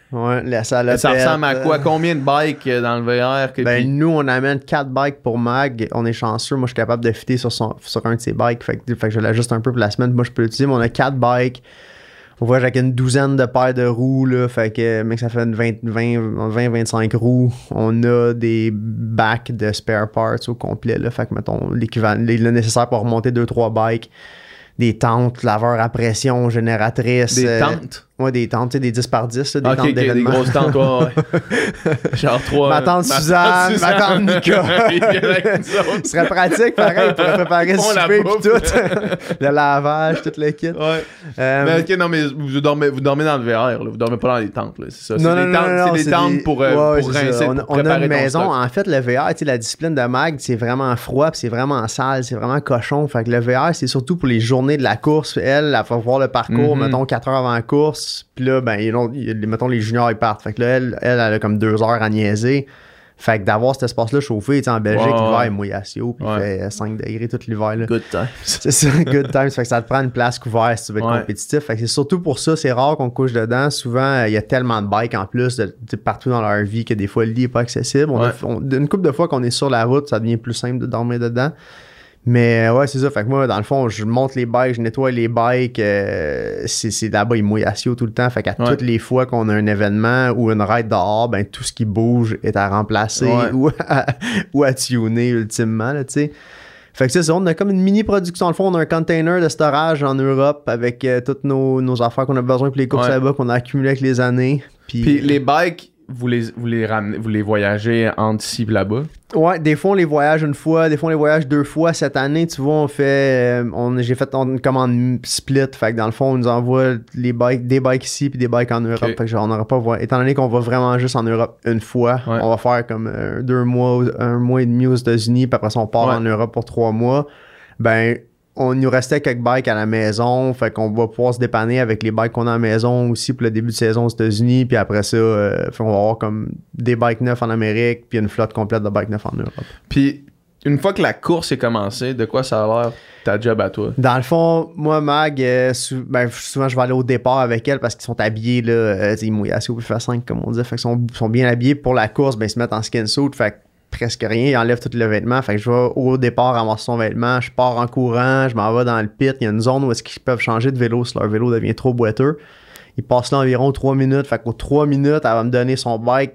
Ouais, la salopette. Ça ressemble à quoi? Combien de bikes dans le V R? Que Ben, puis... nous, on amène quatre bikes pour Mag. On est chanceux. Moi, je suis capable de fitter sur, son, sur un de ses bikes. Fait que, fait que je l'ajuste un peu pour la semaine. Moi, je peux l'utiliser. Mais on a quatre bikes. On voyage avec une douzaine de paires de roues. Là, fait que, mec, ça fait une vingt, vingt, vingt-cinq roues. On a des bacs de spare parts au complet. Là, fait que, mettons, l'équivalent, le nécessaire pour remonter deux trois bikes. Des tentes, laveurs à pression, génératrices. Des euh, tentes? Ouais, des tentes, tu sais, des dix par dix, là, des Ok, tentes ok, des d'événements. grosses tentes, ouais, ouais. Genre trois. Ma tante Suzanne, ma tante Nika. Il vient avec nous autres. Ce serait pratique, pareil, pour préparer le On la souper bouffe. pis tout. Le lavage, tout le kit. Ouais. Euh, Mais ok, non, mais vous dormez, vous dormez dans le V R, là. Vous dormez pas dans les tentes, là. C'est ça. C'est Non, des non, tentes, non, non, c'est des c'est tentes des- pour, euh, ouais, pour c'est rincer, ça. On, pour on a préparer une ton maison. stock. En fait, le V R, tu sais, la discipline de Mag, c'est vraiment froid, puis c'est vraiment sale, c'est vraiment cochon. Fait que le V R, c'est surtout pour les journées de la course. Elle, elle va voir le parcours, Mhm. mettons, quatre heures avant la course. Puis là, ben, ils ont- ils- mettons, les juniors, ils partent. Fait que là, elle, elle, elle a comme deux heures à niaiser. Fait que d'avoir cet espace-là chauffé, tu sais, en Belgique, Ouais, l'hiver ouais. est mouillassio, puis Ouais. il fait cinq degrés tout l'hiver. Là. Good times. C'est ça, good times. Fait que ça te prend une place couverte si tu veux être Ouais. compétitif. Fait que c'est surtout pour ça, c'est rare qu'on couche dedans. Souvent, il y a tellement de bikes en plus de, de partout dans leur vie que des fois, le lit n'est pas accessible. On a- Ouais. on- une couple de fois qu'on est sur la route, ça devient plus simple de dormir dedans. Mais ouais, c'est ça. Fait que moi, dans le fond, je monte les bikes, je nettoie les bikes. Euh, c'est, c'est là-bas, il mouille assio tout le temps. Fait qu'à Ouais. toutes les fois qu'on a un événement ou une ride dehors, ben tout ce qui bouge est à remplacer Ouais. ou, à, ou à tuner ultimement, là, tu sais. Fait que c'est ça, on a comme une mini-production. Dans le fond, on a un container de storage en Europe avec euh, toutes nos, nos affaires qu'on a besoin pour les courses Ouais. là-bas qu'on a accumulées avec les années. Puis, Puis les bikes, vous les, vous les ramenez, vous les voyagez entre ici et là-bas. Ouais, des fois on les voyage une fois, des fois on les voyage deux fois. Cette année, tu vois, on fait. euh, on, j'ai fait une commande split. Fait que dans le fond, on nous envoie les bikes, des bikes ici puis des bikes en Europe. Ok. Fait que genre, on n'aura pas. vo- Étant donné qu'on va vraiment juste en Europe une fois, Ouais. on va faire comme euh, deux mois, ou- un mois et demi aux États-Unis, puis après ça, on part Ouais. en Europe pour trois mois. Ben. On nous restait quelques bikes à la maison, fait qu'on va pouvoir se dépanner avec les bikes qu'on a à la maison aussi pour le début de saison aux États-Unis, puis après ça, euh, fait qu'on va avoir comme des bikes neufs en Amérique, puis une flotte complète de bikes neufs en Europe. Puis une fois que la course est commencée, de quoi ça a l'air ta job à toi? Dans le fond, moi, Mag, euh, sou- ben, souvent je vais aller au départ avec elle parce qu'ils sont habillés, là, euh, ils mouillent assez au P F A cinq, comme on dit, fait qu'ils sont, sont bien habillés pour la course, ben ils se mettent en skin suit, fait que presque rien, ils enlèvent tout le vêtement, fait que je vais au départ ramasser son vêtement, je pars en courant, je m'en vais dans le pit, il y a une zone où est-ce qu'ils peuvent changer de vélo si leur vélo devient trop boiteux. Ils passent là environ trois minutes, fait qu'aux trois minutes, elle va me donner son bike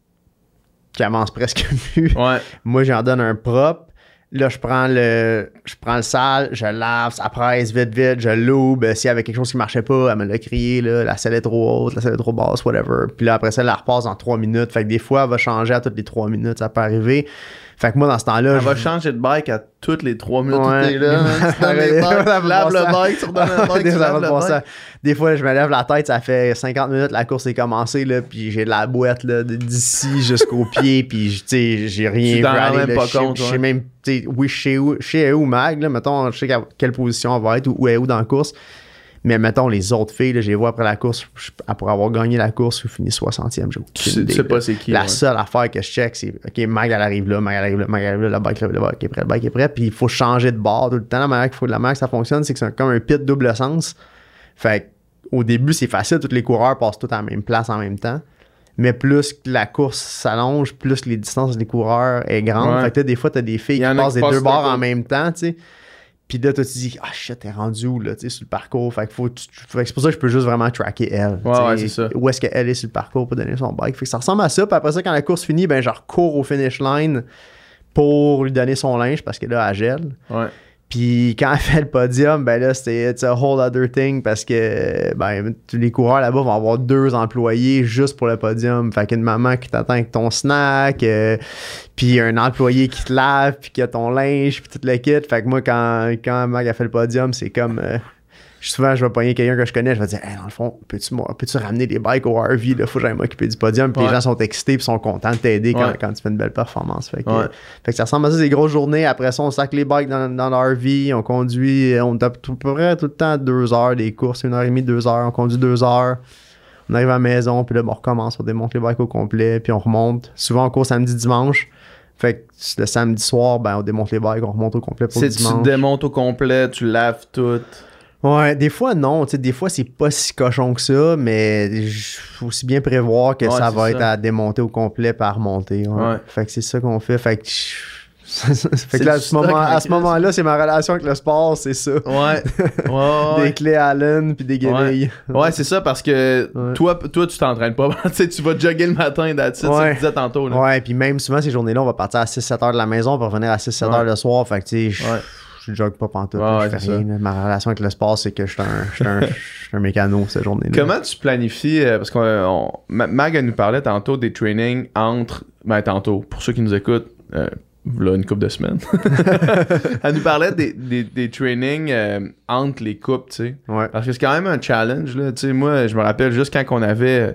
qui avance presque plus. Ouais. Moi, j'en donne un propre. Là, je prends le je prends le sale, je lave, ça presse vite, vite, je l'aube. S'il y avait quelque chose qui marchait pas, elle me l'a crié, là, la selle est trop haute, la selle est trop basse, whatever. Puis là, après ça, elle la repasse en trois minutes. Fait que des fois, elle va changer à toutes les trois minutes, ça peut arriver. Fait que moi, dans ce temps-là, Elle je... va changer de bike à toutes les trois minutes. Ouais. T'es là, tu donnes les bikes, tu laves le bike, tu redonnes le bike, Des tu fois, laves le bon, bike. ça- Des fois, je me lève la tête, ça fait cinquante minutes, la course est commencée, là, puis j'ai de la boîte là, de- d'ici jusqu'au pied, puis tu sais, j'ai rien Tu vu t'en rends aller. même là, pas je sais- compte, Je sais ouais. même, tu sais, oui, je sais où, je sais où Mag, là, mettons, je sais qu'à quelle position elle va être, ou où elle est où dans la course. Mais mettons, les autres filles, là, je les vois après la course, je- après avoir gagné la course, je finis soixantième, j'ai aucune Tu sais, tu idée, sais là. pas c'est qui. La ouais. seule affaire que je check, c'est OK, Mag, elle arrive là, Mag, elle arrive là, Mag, elle arrive là, la bike, là, le bike est prêt, le bike est prêt. Puis il faut changer de bord tout le temps. La manière qu'il faut de la manière que ça fonctionne, c'est que c'est comme un pit double sens. Fait au début, c'est facile, tous les coureurs passent tous à la même place en même temps. Mais plus que la course s'allonge, plus que les distances des coureurs est grande. Ouais. Fait que là, des fois, t'as des filles Il y qui en a passent qui des passent deux sur bords le en côté. même temps, tu sais. Puis là, toi, tu te dis, ah shit, t'es rendu où, là, tu sais, sur le parcours. Fait que, faut, tu- tu- fait que c'est pour ça que je peux juste vraiment tracker elle. Ouais, tu sais, ouais, c'est ça. Où est-ce qu'elle est sur le parcours pour donner son bike. Fait que ça ressemble à ça. Puis après ça, quand la course finit, ben, je recours au finish line pour lui donner son linge parce que là, elle gèle. Ouais. Puis quand elle fait le podium, ben là, c'était it's a whole other thing parce que ben, tous les coureurs là-bas vont avoir deux employés juste pour le podium. Fait qu'une maman qui t'attend avec ton snack, euh, puis un employé qui te lave, puis qui a ton linge, puis tout le kit. Fait que moi, quand, quand Mag a fait le podium, c'est comme... euh, souvent, je vais pogner quelqu'un que je connais, je vais dire, hey, dans le fond, peux-tu, moi- peux-tu ramener les bikes au R V? Là, faut que j'aille m'occuper du podium. Puis Ouais. les gens sont excités, puis sont contents de t'aider quand, Ouais. quand tu fais une belle performance. Fait que, Ouais. fait que ça ressemble à ça, des grosses journées. Après ça, on sac les bikes dans, dans le R V, on conduit, on tape à peu près tout le temps deux heures, des courses, une heure et demie, deux heures. On conduit deux heures. On arrive à la maison, puis là, ben, on recommence, on démonte les bikes au complet, puis on remonte. Souvent, on court samedi, dimanche. Fait que le samedi soir, ben, on démonte les bikes, on remonte au complet pour le Si tu dimanche. démontes au complet, tu laves tout. Ouais, des fois, non. Tu sais, des fois, c'est pas si cochon que ça, mais il faut aussi bien prévoir que Ouais, ça c'est va ça. être à démonter au complet par remonter. Ouais. Ouais. Fait que c'est ça qu'on fait. Fait que, fait que C'est là, à du ce, stock moment, en à ce crise. moment-là, c'est ma relation avec le sport, c'est ça. Ouais. Ouais, Des ouais. clés Allen puis des guenilles. Ouais, c'est ça, parce que Ouais. toi, toi, tu t'entraînes pas. Tu sais, tu vas jogger le matin, that's it, c'est ce que Ouais. tu disais tantôt. Là. Ouais, puis même souvent, ces journées-là, on va partir à six sept heures de la maison pour revenir à six sept Ouais. heures le soir. Fait que, tu sais, je Ouais. je jogue pas pantoute. Ouais, là, ouais, je fais c'est rien. là. Ma relation avec le sport, c'est que je suis un, je suis un, je suis un mécano cette journée-là. Comment tu planifies, euh, parce que on, Ma- Mag elle nous parlait tantôt des trainings entre, ben tantôt, pour ceux qui nous écoutent, euh, là une couple de semaines, elle nous parlait des, des, des trainings euh, entre les coupes, tu sais. Ouais. Parce que c'est quand même un challenge, là, tu sais, moi, je me rappelle juste quand on avait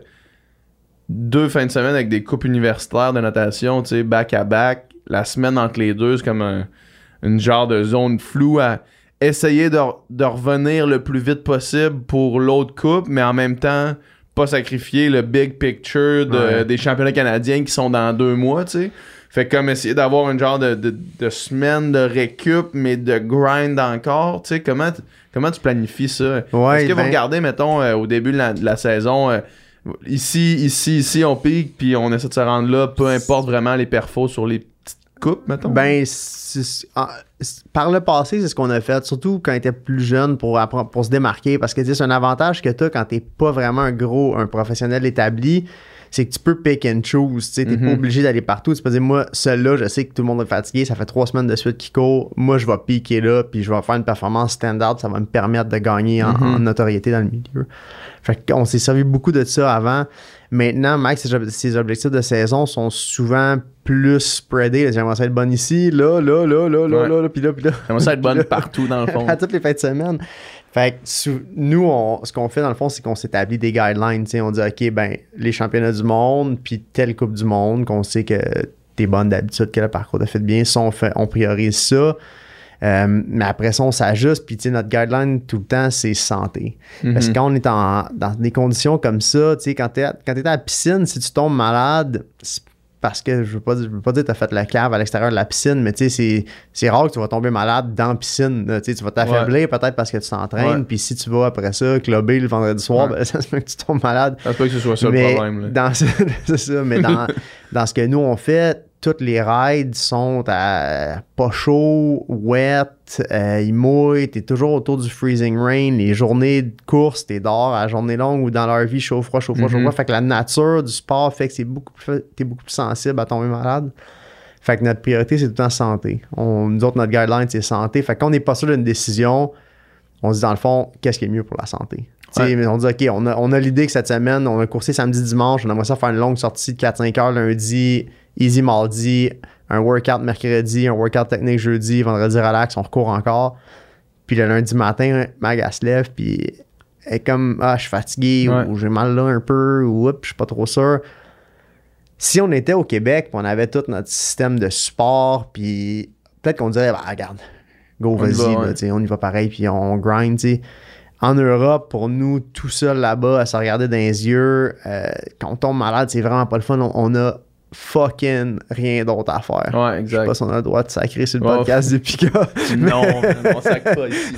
deux fins de semaine avec des coupes universitaires de natation, tu sais, back-à-back, la semaine entre les deux, c'est comme un, une genre de zone floue à essayer de, de revenir le plus vite possible pour l'autre coupe, mais en même temps, pas sacrifier le big picture de, Ouais. des championnats canadiens qui sont dans deux mois, tu sais. Fait comme essayer d'avoir une genre de, de, de semaine de récup, mais de grind encore, tu sais. Comment, t- comment tu planifies ça? Ouais, Est-ce que ben- vous regardez, mettons, euh, au début de la, de la saison, euh, ici, ici, ici, on pique, puis on essaie de se rendre là, peu importe vraiment les perfos sur les petites coupes, mettons? Ben, c'est- ah, c'est- par le passé, c'est ce qu'on a fait, surtout quand on était plus jeune pour, appre- pour se démarquer, parce que tu sais, c'est un avantage que tu as quand t'es pas vraiment un gros, un professionnel établi, c'est que tu peux pick and choose, tu sais, t'es Mhm. pas obligé d'aller partout, tu peux dire, moi, celui-là, je sais que tout le monde est fatigué, ça fait trois semaines de suite qu'il court, moi, je vais piquer là, puis je vais faire une performance standard, ça va me permettre de gagner en, Mhm. en notoriété dans le milieu. Fait qu'on s'est servi beaucoup de ça avant. Maintenant, Mike, ses, ob- ses objectifs de saison sont souvent plus spreadés. J'aimerais ça être bonne ici, là, là, là, là, là, Ouais. là, là, puis là, puis là. J'aimerais ça être bonne Là. partout, dans le fond. À toutes les fins de semaine. Fait que sou- nous, on- ce qu'on fait dans le fond, c'est qu'on s'établit des guidelines. tu sais. On dit, OK, ben, les championnats du monde, puis telle Coupe du monde, qu'on sait que t'es bonne d'habitude, que le parcours de fait bien, ça, on, fait, on priorise ça. Euh, mais après ça, on s'ajuste. Puis, tu sais, notre guideline tout le temps, c'est santé. Parce que Mhm. quand on est en, dans des conditions comme ça, tu sais, quand t'es à- quand t'es à la piscine, si tu tombes malade, c'est parce que je veux pas, je veux pas dire que t'as fait la cave à l'extérieur de la piscine, mais tu sais, c'est, c'est rare que tu vas tomber malade dans la piscine. là. Tu sais, tu vas t'affaiblir peut-être parce que tu t'entraînes. Ouais. Puis si tu vas après ça, clubber le vendredi soir, Ouais. ben, ça se peut que tu tombes malade. Je pense pas que ce soit ça Mais le problème. Là. Dans ce, c'est ça, mais dans, dans ce que nous on fait, toutes les rides sont à pas chaud, wet, euh, il mouille, t'es toujours autour du freezing rain, les journées de course, t'es dehors à la journée longue ou dans leur vie chaud, froid, chaud, froid, chaud, Mhm. froid. Fait que la nature du sport fait que c'est beaucoup plus, t'es beaucoup plus sensible à tomber malade. Fait que notre priorité, c'est tout le temps santé. On, nous autres, notre guideline, c'est santé. Fait que quand on n'est pas sûr d'une décision, on se dit dans le fond, qu'est-ce qui est mieux pour la santé? Tu sais, Ouais. mais on dit, OK, on a, on a l'idée que cette semaine, on a coursé samedi, dimanche, on aimerait ça faire une longue sortie de quatre cinq heures lundi, easy mardi, un workout mercredi, un workout technique jeudi, vendredi relax, on recourt encore. Puis le lundi matin, Mag, elle se lève, puis elle est comme, ah, je suis fatigué, Ouais. ou j'ai mal là un peu, ou oups, je suis pas trop sûr. Si on était au Québec, puis on avait tout notre système de support, puis peut-être qu'on dirait, bah, regarde, go, On y vas-y, va, là, ouais. tu sais, on y va pareil, puis on grind, tu sais. En Europe, pour nous, tout seul là-bas, à se regarder dans les yeux, euh, quand on tombe malade, c'est vraiment pas le fun. On, on a fucking rien d'autre à faire. Ouais, Je sais exact. pas si on a le droit de sacrer sur le Ouais. podcast de Pika. Non, on sac pas ici.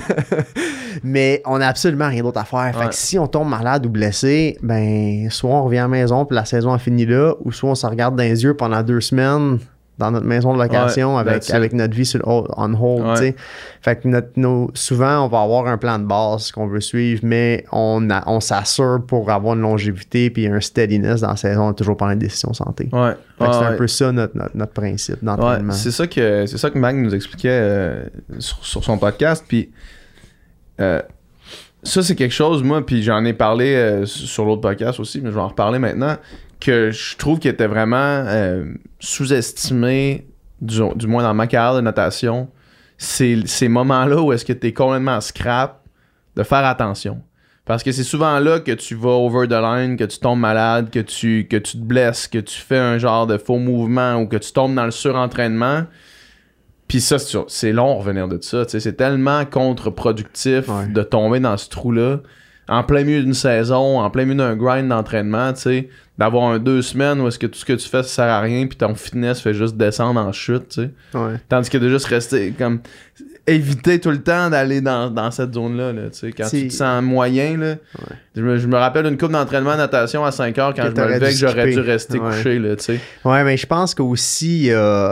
Mais on a absolument rien d'autre à faire. Fait Ouais. que si on tombe malade ou blessé, ben, soit on revient à la maison puis la saison a fini là, ou soit on se regarde dans les yeux pendant deux semaines dans notre maison de location Ouais, avec, that's it. avec notre vie sur le hold- on hold, Ouais. tu sais. Fait que notre, nos- souvent, on va avoir un plan de base qu'on veut suivre, mais on, a- on s'assure pour avoir une longévité puis un steadiness dans la saison, on a toujours prendre des décisions santé. Ouais. Fait que c'est Ouais, un ouais. peu ça notre, notre, notre principe Ouais, d'entraînement. c'est ça que c'est ça que Mag nous expliquait euh, sur, sur son podcast. Puis euh, ça, c'est quelque chose, moi, puis j'en ai parlé euh, sur l'autre podcast aussi, mais je vais en reparler maintenant, que je trouve qu'il était vraiment euh, sous-estimé, du, du moins dans ma carrière de natation, c'est ces moments-là où est-ce que tu es complètement scrap, de faire attention. Parce que c'est souvent là que tu vas over the line, que tu tombes malade, que tu, que tu te blesses, que tu fais un genre de faux mouvement ou que tu tombes dans le surentraînement. Puis ça, c'est c'est long à revenir de ça. tu sais, C'est tellement contre-productif Ouais. de tomber dans ce trou-là. En plein milieu d'une saison, en plein milieu d'un grind d'entraînement, tu sais, d'avoir un deux semaines où est-ce que tout ce que tu fais, ça sert à rien, puis ton fitness fait juste descendre en chute, tu sais. Ouais. Tandis que de juste rester comme... éviter tout le temps d'aller dans, dans cette zone-là. Là, quand c'est... tu te sens moyen, là, ouais. je, me, je me rappelle d'une couple d'entraînement à natation à cinq heures quand que je me levais que j'aurais dû rester ouais. couché. Là, t'sais. Ouais, mais je pense qu'aussi, euh,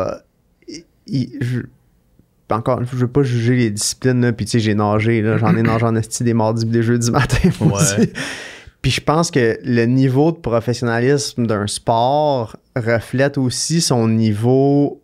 il, je, encore, je veux pas juger les disciplines, là, puis tu sais, j'ai nagé, là, j'en ai nagé en esti des mardis des jeudis matin. Ouais. Aussi. Puis je pense que le niveau de professionnalisme d'un sport reflète aussi son niveau...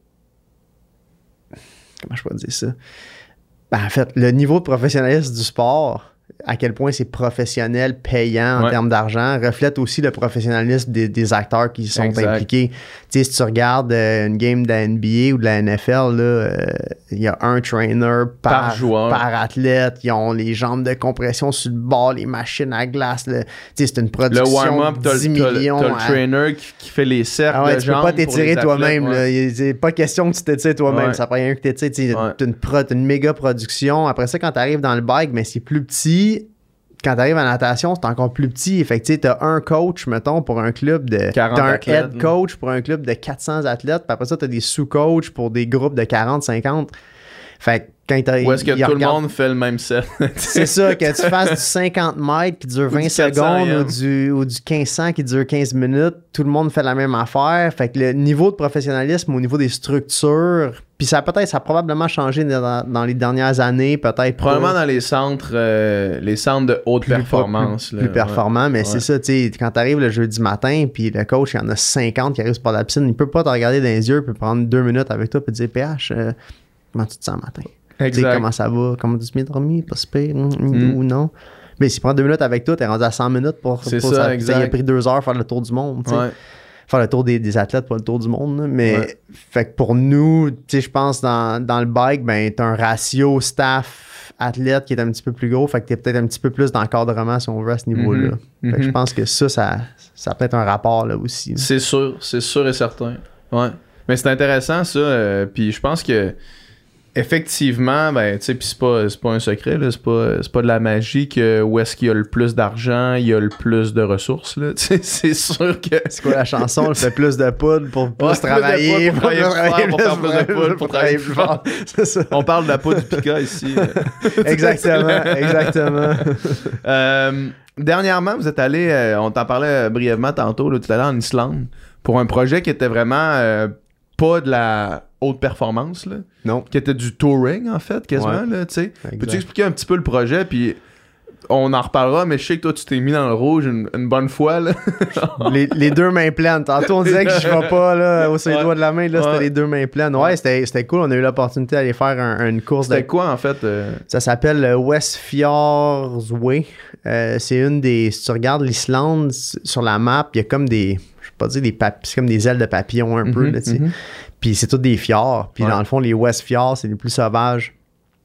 Comment je peux dire ça? Ben, en fait, le niveau de professionnalisme du sport, à quel point c'est professionnel, payant en ouais. termes d'argent, reflète aussi le professionnalisme des, des acteurs qui sont exact. Impliqués. Tu sais, si tu regardes euh, une game de la N B A ou de la N F L, il euh, y a un trainer par, par joueur, par athlète. Ils ont les jambes de compression sur le bord, les machines à glace. Tu sais, c'est une production le warm-up, de dix t'as, millions. T'as, t'as le trainer qui, qui fait les cercles ah ouais, de tu jambes peux pas t'étirer toi-même. Ouais. C'est pas question que tu t'étires toi-même. Ouais. Ça prend rien que t'étires. Tu ouais. une, pro, une méga production. Après ça, quand t'arrives dans le bike, mais c'est plus petit. Quand t'arrives à la natation, c'est encore plus petit. Fait que tu sais, t'as un coach, mettons, pour un club de... T'as un athlètes, head coach pour un club de quatre cents athlètes. Puis après ça, t'as des sous-coachs pour des groupes de quarante, cinquante. Fait que quand t'as... Ou est-ce que tout regarde... le monde fait le même set? C'est ça, que tu fasses du cinquante mètres qui dure vingt secondes ou du, ou du quinze cents qui dure quinze minutes. Tout le monde fait la même affaire. Fait que le niveau de professionnalisme au niveau des structures... Puis ça peut-être, ça a probablement changé dans, dans les dernières années, peut-être. Probablement pas. Dans les centres, euh, les centres de haute plus, performance. Plus, là, plus performants, ouais. mais ouais. c'est ça, tu sais, quand t'arrives le jeudi matin, puis le coach, il y en a cinquante qui arrivent sur la piscine, il peut pas te regarder dans les yeux, il peut prendre deux minutes avec toi, puis te dire, P H, euh, comment tu te sens le matin? Exact. Comment ça va? Comment tu bien dormi? Pas si pire? Mm. Ou non? Mais s'il prend deux minutes avec toi, t'es rendu à cent minutes pour... C'est pour ça, ça. exact. Il a pris deux heures faire le tour du monde, tu sais. Ouais. Faire le tour des, des athlètes, pas le tour du monde. Là. Mais ouais. fait que pour nous, tu sais, je pense dans, dans le bike, ben, t'as un ratio staff-athlète qui est un petit peu plus gros. Fait que t'es peut-être un petit peu plus d'encadrement si on veut à ce niveau-là. Mm-hmm. Fait que mm-hmm. je pense que ça, ça, ça a peut-être un rapport là aussi. Là. C'est sûr, c'est sûr et certain. Ouais. Mais c'est intéressant ça. Euh, puis je pense que effectivement, ben, tu sais, puis c'est pas, c'est pas un secret, là, c'est pas, c'est pas de la magie que où est-ce qu'il y a le plus d'argent, il y a le plus de ressources, là, tu sais, c'est sûr que... C'est quoi la chanson, elle fait plus de poudre pour plus ouais, travailler, pour, pour, travailler pour, pour, faire plus de poudre, pour travailler plus fort, c'est ça. On parle de la poudre du Pika ici. Exactement, exactement. euh, dernièrement, vous êtes allé, euh, on t'en parlait brièvement tantôt, là, tout à l'heure en Islande, pour un projet qui était vraiment euh, pas de la... haute performance, là. Non. Qui était du touring, en fait, quasiment, ouais. là, tu sais. Peux-tu expliquer un petit peu le projet, puis on en reparlera, mais je sais que toi, tu t'es mis dans le rouge une, une bonne fois, là. les, les deux mains pleines. Tantôt, on disait que je vais pas, là, au ouais. doigt de la main, là, ouais. c'était les deux mains pleines. Ouais, c'était, c'était cool. On a eu l'opportunité d'aller faire un, une course. C'était de... quoi, en fait? Euh... Ça s'appelle Westfjordsway. Euh, c'est une des... Si tu regardes l'Islande, sur la map, il y a comme des... Je vais pas dire des papillons, c'est comme des ailes de papillon, un mm-hmm, peu, là, tu sais. Mm-hmm. Puis c'est tous des fjords. Puis ouais. dans le fond, les Westfjords, c'est les plus sauvages.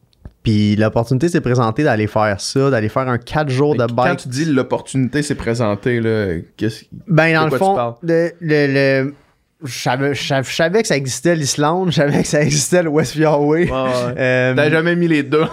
Puis l'opportunité s'est présentée d'aller faire ça, d'aller faire un quatre jours mais de bike. Quand tu dis l'opportunité s'est présentée, là, qu'est-ce ben dans le fond, le, le, le, je, savais, je, savais, je savais que ça existait l'Islande, je savais que ça existait le Westfjordway. Ouais, ouais. euh, T'as jamais mis les deux.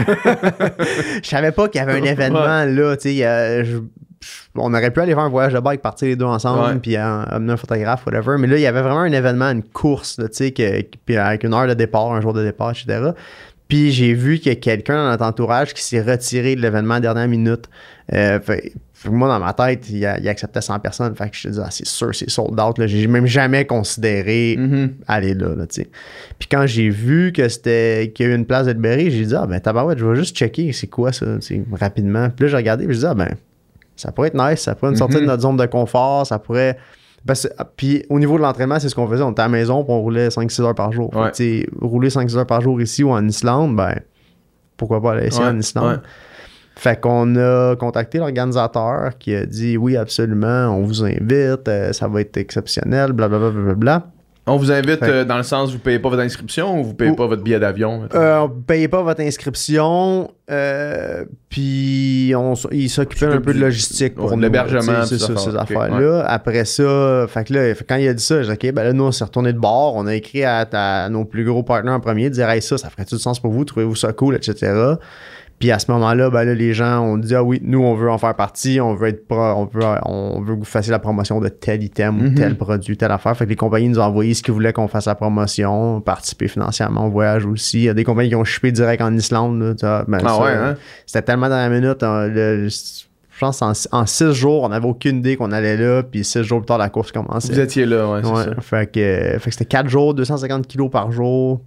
Je savais pas qu'il y avait un événement ouais. là, tu sais, euh, je, on aurait pu aller faire un voyage de bike, partir les deux ensemble, ouais. puis euh, amener un photographe, whatever. Mais là, il y avait vraiment un événement, une course, tu sais, puis avec une heure de départ, un jour de départ, et cetera. Puis j'ai vu qu'il y a quelqu'un dans notre entourage qui s'est retiré de l'événement à la dernière minute. Euh, fait, moi, dans ma tête, il, a, il acceptait cent personnes. Fait que je te dis, ah, c'est sûr, c'est sold out. Là. J'ai même jamais considéré mm-hmm. aller là, là tu sais. Puis quand j'ai vu que c'était qu'il y a eu une place de libérée, j'ai dit, ah ben tabarouette, je vais juste checker c'est quoi ça, tu sais, rapidement. Puis là, j'ai regardé, puis je dis, ah ben, ça pourrait être nice, ça pourrait nous sortir mm-hmm. de notre zone de confort, ça pourrait... Parce, puis au niveau de l'entraînement, c'est ce qu'on faisait. On était à la maison puis on roulait cinq six heures par jour. Ouais. Fait que, rouler cinq six heures par jour ici ou en Islande, ben pourquoi pas aller ici ouais. en Islande. Ouais. Fait qu'on a contacté l'organisateur qui a dit oui, absolument, on vous invite, euh, ça va être exceptionnel, blablabla. Bla, bla, bla, bla. On vous invite euh, dans le sens, vous payez pas votre inscription ou vous payez ou, pas votre billet d'avion? Euh, on payez pas votre inscription, euh, puis on, il s'occupait un peu de logistique pour ouais, nous. L'hébergement, c'est ça, affaires, ces okay, affaires-là. Ouais. Après ça, fait que là, quand il a dit ça, j'ai dit, OK, ben là, nous, on s'est retourné de bord, on a écrit à, à nos plus gros partenaires en premier, dire, hey, ça, ça ferait-tu du sens pour vous, trouvez-vous ça cool, et cetera. Puis à ce moment-là, ben là, les gens ont dit « Ah oui, nous, on veut en faire partie, on veut être pro, on veut, on veut que vous fassiez la promotion de tel item Mm-hmm. ou tel produit, telle affaire. » Fait que les compagnies nous ont envoyé ce qu'ils voulaient qu'on fasse la promotion, participer financièrement au voyage aussi. Il y a des compagnies qui ont shippé direct en Islande. Là, tu vois, ben, Ah ça, ouais, hein? C'était tellement dans la minute. hein, le, je pense en, en six jours, on n'avait aucune idée qu'on allait là. Puis six jours plus tard, la course commençait. Vous étiez là, ouais, c'est Ouais, ça. fait que, fait que c'était quatre jours, deux cent cinquante kilos par jour.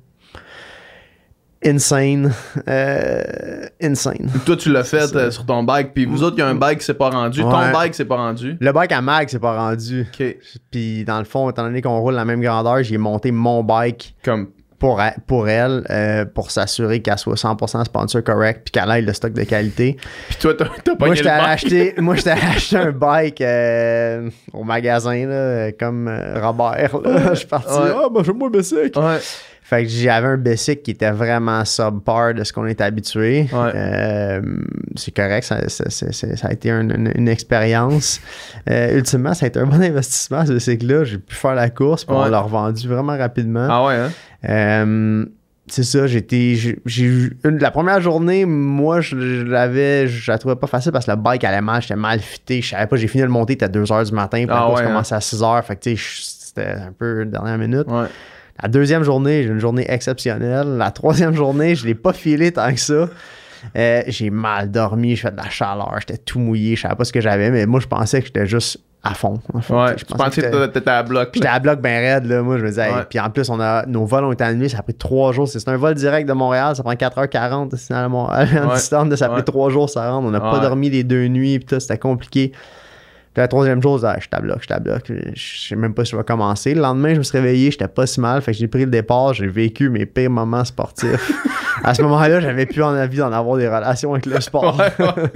Insane. Euh, insane. Toi, tu l'as fait euh, sur ton bike, puis vous autres, il y a un bike qui s'est pas rendu. Ouais. Ton bike s'est pas rendu. Le bike à Mag, c'est pas rendu. OK. Puis dans le fond, étant donné qu'on roule la même grandeur, j'ai monté mon bike Comme... pour, elle- pour elle, euh, pour s'assurer qu'elle soit cent pour cent sponsor correct, puis qu'elle ait le stock de qualité. Puis toi, t'as, t'as pas Moi, le j'étais allé bike. acheter, moi, j'étais allé acheter un bike euh, au magasin, là, comme euh, Robert. Là. Je suis parti, Ouais. ah, moi, j'aime-moi le Bessic. Ouais. Fait que j'avais un Bessic qui était vraiment subpar de ce qu'on était habitué. Ouais. Euh, c'est correct, ça, ça, ça, ça, ça a été un- une, une expérience. Euh, ultimement, ça a été un bon investissement, ce Bessic-là. J'ai pu faire la course, puis Ouais. on l'a revendu vraiment rapidement. Ah ouais, hein? Euh, c'est ça, j'étais. J'ai, j'ai eu une- la première journée, moi, je, je l'avais. Je la trouvais pas facile parce que le bike allait mal, j'étais mal fité. Je savais pas, j'ai fini de le monter, il était deux heures du matin, puis la Ah course ouais, commençait à six heures. Fait que, tu sais, je- c'était un peu dernière minute. Ouais. La deuxième journée, j'ai une journée exceptionnelle. La troisième journée, je l'ai pas filé tant que ça. Euh, j'ai mal dormi, j'ai fait de la chaleur, j'étais tout mouillé, je savais pas ce que j'avais, mais moi, je pensais que j'étais juste à fond. En fait. Ouais. Je Tu pensais que j'étais- t'étais- t'étais à bloc. J'étais à bloc bien raide, là. Moi, je me disais, hey, Ouais. puis en plus, on a, nos vols ont été annulés, ça a pris trois jours. C'est c'est un vol direct de Montréal, ça prend quatre heures quarante. C'est à Montréal, en Ouais. distance, ça a pris Ouais. trois jours, ça rentre. On n'a pas Ouais. dormi les deux nuits, puis tout, c'était compliqué. Puis la troisième chose, ah, je suis à bloc, je suis à bloc. Je sais même pas si je vais commencer. Le lendemain, je me suis réveillé, j'étais pas si mal. Fait que j'ai pris le départ, j'ai vécu mes pires moments sportifs. À ce moment-là, j'avais plus envie d'en avoir des relations avec le sport. Ouais, ouais.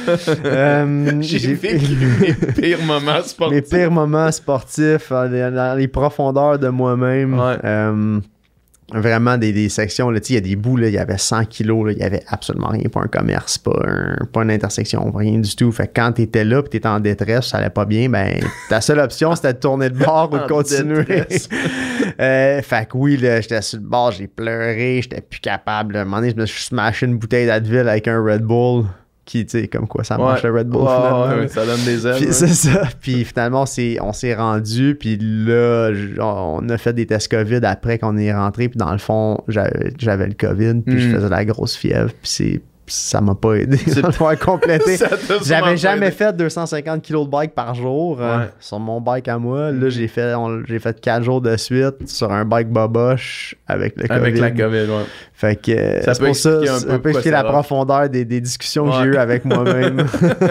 Euh, J'ai vécu mes pires moments sportifs. mes pires moments sportifs dans les, dans les profondeurs de moi-même. Ouais. Euh, vraiment des, des sections, là, tu sais, il y a des bouts, là, il y avait cent kilos, là, il y avait absolument rien, pas un commerce, pas, un, pas une intersection, rien du tout. Fait que quand t'étais là pis t'étais en détresse, ça allait pas bien, ben ta seule option c'était de tourner de bord ou de En continuer. détresse. euh, fait que oui, là, j'étais sur le bord, j'ai pleuré, j'étais plus capable. Là. À un moment donné, je me suis smashé une bouteille d'Advil avec un Red Bull. Qui, tu sais, comme quoi ça marche Ouais. le Red Bull Ouais, finalement. ouais, ouais, ça donne des ailes. Puis ouais. c'est ça. Puis finalement, on s'est, on s'est rendu. Puis là, j- on a fait des tests COVID après qu'on est rentré. Puis dans le fond, j'avais, j'avais le COVID. Puis je Mm. faisais de la grosse fièvre. Puis c'est, ça m'a pas aidé C'est- à le faire compléter. Ça t'a sûrement J'avais pas jamais aidé. fait deux cent cinquante kilos de bike par jour euh, Ouais. sur mon bike à moi. Là, j'ai fait, on- j'ai fait quatre jours de suite sur un bike boboche avec le COVID. Avec la COVID, ouais. Fait que euh, Ça c'est peut pour ça, expliquer un ça peu peut pourquoi expliquer ça la va. profondeur des, des discussions que Ouais. j'ai eues avec moi-même.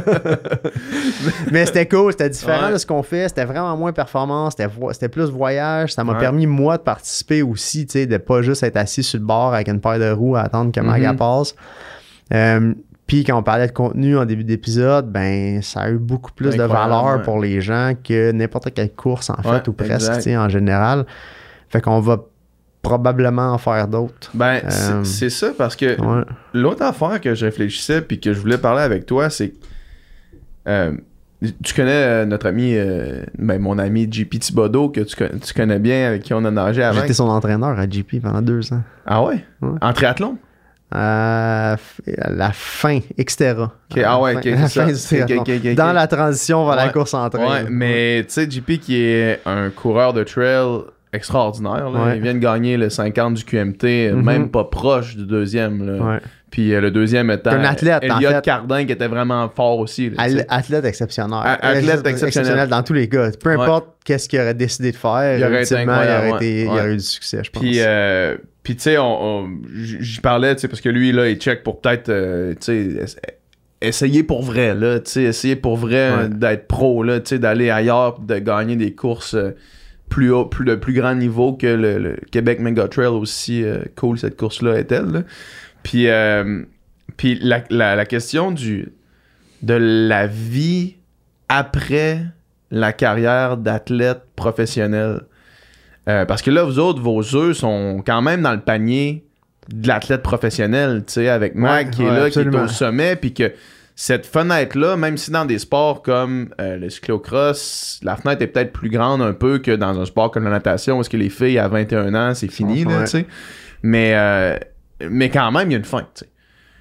Mais c'était cool, c'était différent Ouais. de ce qu'on fait, c'était vraiment moins performance, c'était, vo- c'était plus voyage, ça m'a Ouais. permis moi de participer aussi, tu sais, de pas juste être assis sur le bord avec une paire de roues à attendre que Maga Mhm. passe. Euh, Puis quand on parlait de contenu en début d'épisode, ben ça a eu beaucoup plus de Incroyable, valeur ouais. pour les gens que n'importe quelle course en fait, Ouais, ou presque, exact. tu sais, en général. Fait qu'on va probablement en faire d'autres. Ben, Euh, c'est, c'est ça, parce que Ouais. l'autre affaire que je réfléchissais puis que je voulais parler avec toi, c'est que euh, tu connais euh, notre ami, euh, ben, mon ami J P Thibodeau, que tu, con- tu connais bien, avec qui on a nagé avant. J'étais son entraîneur à J P pendant deux ans. Ah ouais? Ouais. En triathlon? Euh, à la fin, Xterra. Ok, ah ouais, À la ok, fin- à la c'est fin ça. du Ok, triathlon. ok, ok, ok. Dans la transition vers la Ouais. course en train. Ouais, mais tu sais, J P qui est un coureur de trail extraordinaire, là. Ouais. Il vient de gagner le cinquante du Q M T, Mhm. même pas proche du deuxième. Là. Ouais. Puis euh, le deuxième étant C'est un athlète, en Elliott fait. Cardin qui était vraiment fort aussi. Là, tu sais. Al- Athlète exceptionnel. A- athlète exceptionnel. dans tous les cas. Peu importe qu'est-ce qu'il aurait décidé de faire, Il aurait été ultimement, il incroyable, aurait, été- ouais. il aurait eu du succès, je pense. Puis, euh, puis tu sais, on, on- j- j'y parlais, tu sais, parce que lui, là, il check pour peut-être, euh, tu sais, ess- essayer pour vrai, là, tu sais, essayer pour vrai Ouais. euh, d'être pro, là, tu sais, d'aller ailleurs, pis de gagner des courses euh, plus haut, plus de plus grand niveau que le, le Québec Mega Trail, aussi euh, cool cette course-là est-elle, là. Puis, euh, puis la, la, la question du de la vie après la carrière d'athlète professionnel. Euh, parce que là, vous autres, vos œufs sont quand même dans le panier de l'athlète professionnel, tu sais, avec Mag Ouais, qui est ouais, là, absolument. qui est au sommet, puis que cette fenêtre-là, même si dans des sports comme euh, le cyclocross, la fenêtre est peut-être plus grande un peu que dans un sport comme la natation, où est-ce que les filles à vingt et un ans, c'est fini, Ouais. là, tu sais. Mais, euh, mais quand même, il y a une fin, tu sais.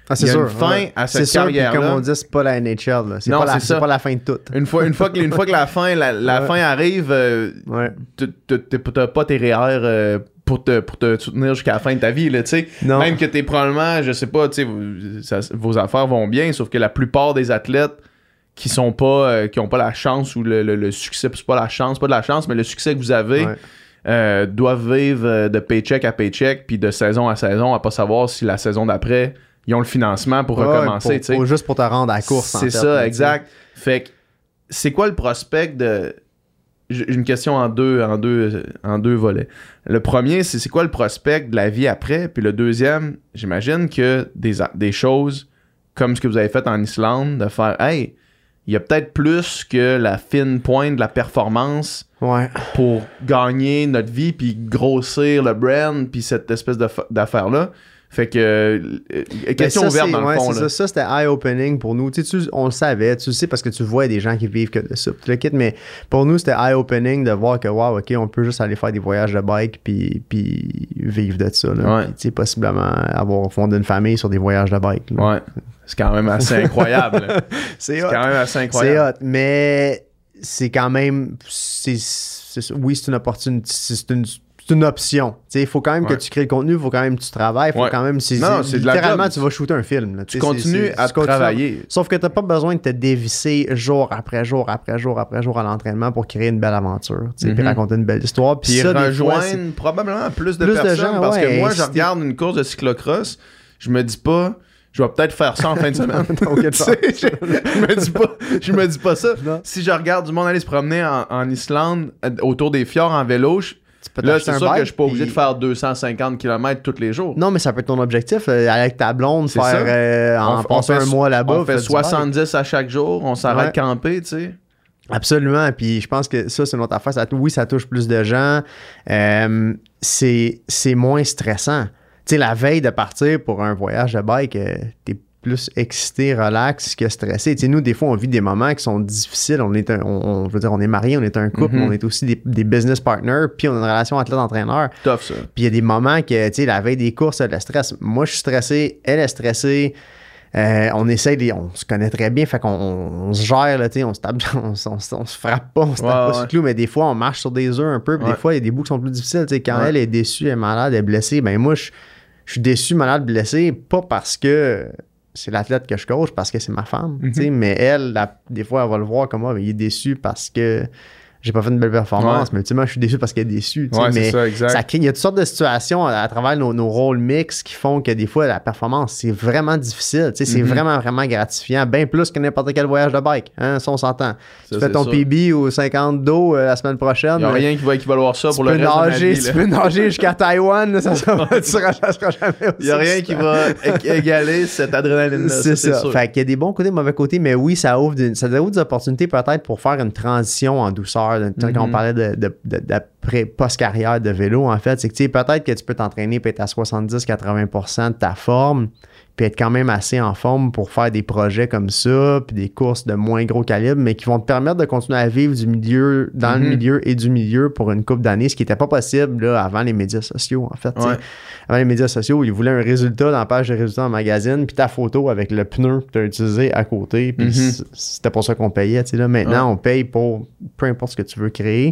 Ah, c'est Il y a sûr, une fin ouais. à cette c'est carrière-là. sûr, puis comme on dit, c'est pas la N H L. Là. C'est, Non, pas la, c'est c'est ça. pas la fin de tout. Une fois, une fois, que, une fois que la fin, la, la Ouais. fin arrive, euh, Ouais. tu- tu- tu- t'as pas tes R E E R euh, pour, te, pour te soutenir jusqu'à la fin de ta vie. Là, tu sais. Non. Même que t'es probablement, je sais pas, tu sais, vous- ça- vos affaires vont bien, sauf que la plupart des athlètes qui sont pas, euh, qui ont pas la chance ou le, le, le succès, c'est pas la chance, pas de la chance, mais le succès que vous avez, Ouais. euh, doivent vivre euh, de paycheck à paycheck, puis de saison à saison, à pas savoir si la saison d'après, ils ont le financement pour Ouais, recommencer. pour- tu sais. pour- juste pour te rendre à la course. en C'est fait, ça, là, exact. Fait que c'est quoi le prospect de. J'ai une question en deux, en deux, en deux volets. Le premier, c'est c'est quoi le prospect de la vie après? Puis le deuxième, j'imagine que des, a- des choses comme ce que vous avez fait en Islande, de faire hey, il y a peut-être plus que la fine pointe de la performance tu sais. Ouais. pour gagner notre vie puis grossir le brand puis cette espèce de fa- d'affaire-là. Fait que euh, question Ben ça, ouverte c'est- dans le ouais, fond. c'est Là. Ça, ça c'était eye-opening pour nous. Tu sais, tu- on le savait, tu le sais parce que tu vois des gens qui vivent que de ça, tout le kit, mais pour nous, c'était eye-opening de voir que, wow, OK, on peut juste aller faire des voyages de bike puis, puis vivre de ça. Là. Ouais. Puis, tu sais, possiblement avoir fondé une famille sur des voyages de bike. là. Ouais. C'est quand même assez incroyable. là. C'est C'est hot. quand même assez C'est incroyable. hot, mais c'est quand même. C'est, c'est- oui, c'est une opportunité. C'est une, c'est une option. Il faut quand même Ouais. que tu crées le contenu, il faut quand même que tu travailles. Faut Ouais. quand même. C'est, Non, c'est- c'est de la littéralement, job. tu vas shooter un film. Là, Tu sais, c'est- continues c'est- à tu continues travailler. Sauf que tu n'as pas besoin de te dévisser jour après jour après jour après jour à l'entraînement pour créer une belle aventure. tu sais, Puis Mhm. raconter une belle histoire. Puis Puis ça, des fois, rejoindre c'est- probablement plus de Plus de personnes. gens, parce ouais, que moi, je inciter. regarde une course de cyclocross, je me dis pas, je vais peut-être faire ça en fin de semaine. aucune Tu sais, je, je me dis pas, je me dis pas ça. Non. Si je regarde du monde aller se promener en, en Islande euh, autour des fjords en vélo, je- tu peux là, t'acheter c'est un sûr que bike, je suis pas obligé puis- de faire deux cent cinquante kilomètres tous les jours. Non, mais ça peut être ton objectif. euh, avec ta blonde, C'est faire ça. euh, en On- on passer fait un so- mois là-bas. On fait faire du bike. soixante-dix à chaque jour, on s'arrête Ouais. camper, tu sais. Absolument. Puis je pense que ça, c'est notre affaire. Ça, oui, ça touche plus de gens. Euh, c'est, c'est moins stressant. Tu sais, la veille de partir pour un voyage de bike, euh, t'es plus excité, relax que stressé. Tu sais, nous, des fois, on vit des moments qui sont difficiles. On est un, on, on- je veux dire, on est mariés, on est un couple, Mhm. on est aussi des, des business partners, puis on a une relation athlète-entraîneur. Tough, ça. Puis il y a des moments que, tu sais, la veille des courses, le stress. Moi, je suis stressé, elle est stressée. Euh, on essaie, de, on se connaît très bien, fait qu'on on, on se gère, là, tu sais, on se tape, on, se- on, se- on se frappe pas, on se tape Ouais, pas ouais. sur le clou, mais des fois, on marche sur des œufs un peu, puis Ouais. des fois, il y a des bouts qui sont plus difficiles, tu sais, quand Ouais. elle est déçue, elle est malade, elle est blessée, ben moi, je, je suis déçu, malade, blessé, pas parce que c'est l'athlète que je coach, parce que c'est ma femme, tu sais, mais elle, la- des fois, elle va le voir comme moi, ben, il est déçu parce que j'ai pas fait une belle performance, Ouais. mais ultimement, je suis déçu parce qu'elle est déçue, tu sais, Ouais, c'est mais ça, exact. ça crée, il y a toutes sortes de situations à, à travers nos, nos rôles mix qui font que des fois, la performance, c'est vraiment difficile. Tu sais, c'est Mhm. vraiment, vraiment gratifiant. Bien plus que n'importe quel voyage de bike. Hein, ça, on s'entend. Ça, Tu fais c'est ton sûr. P B au cinquante d'eau euh, la semaine prochaine. Il n'y a rien qui va équivaloir ça tu pour peux le reste nager, de ma vie. tu là. peux nager jusqu'à Taïwan, là, ça, ça, va- tu seras, ça sera jamais aussi Il n'y a rien qui va é- égaler cette adrénaline-là. C'est ça. sûr. Fait qu'il y a des bons côtés, des mauvais côtés, mais oui, ça ouvre, des, ça ouvre des opportunités peut-être pour faire une transition en douceur. De- Quand on Mhm. parlait de, de, de- d'après post-carrière de vélo, en fait, c'est que tu sais, peut-être que tu peux t'entraîner et être à soixante-dix à quatre-vingts pour cent de ta forme, puis être quand même assez en forme pour faire des projets comme ça, puis des courses de moins gros calibre, mais qui vont te permettre de continuer à vivre du milieu, dans le Mhm. milieu et du milieu pour une couple d'années, ce qui n'était pas possible là, avant les médias sociaux, en fait. tu sais. Ouais. Avant les médias sociaux, ils voulaient un résultat dans la page de résultats en magazine, puis ta photo avec le pneu que tu as utilisé à côté, puis Mhm. c- c'était pour ça qu'on payait. tu sais, Là, maintenant, Ouais. on paye pour peu importe ce que tu veux créer.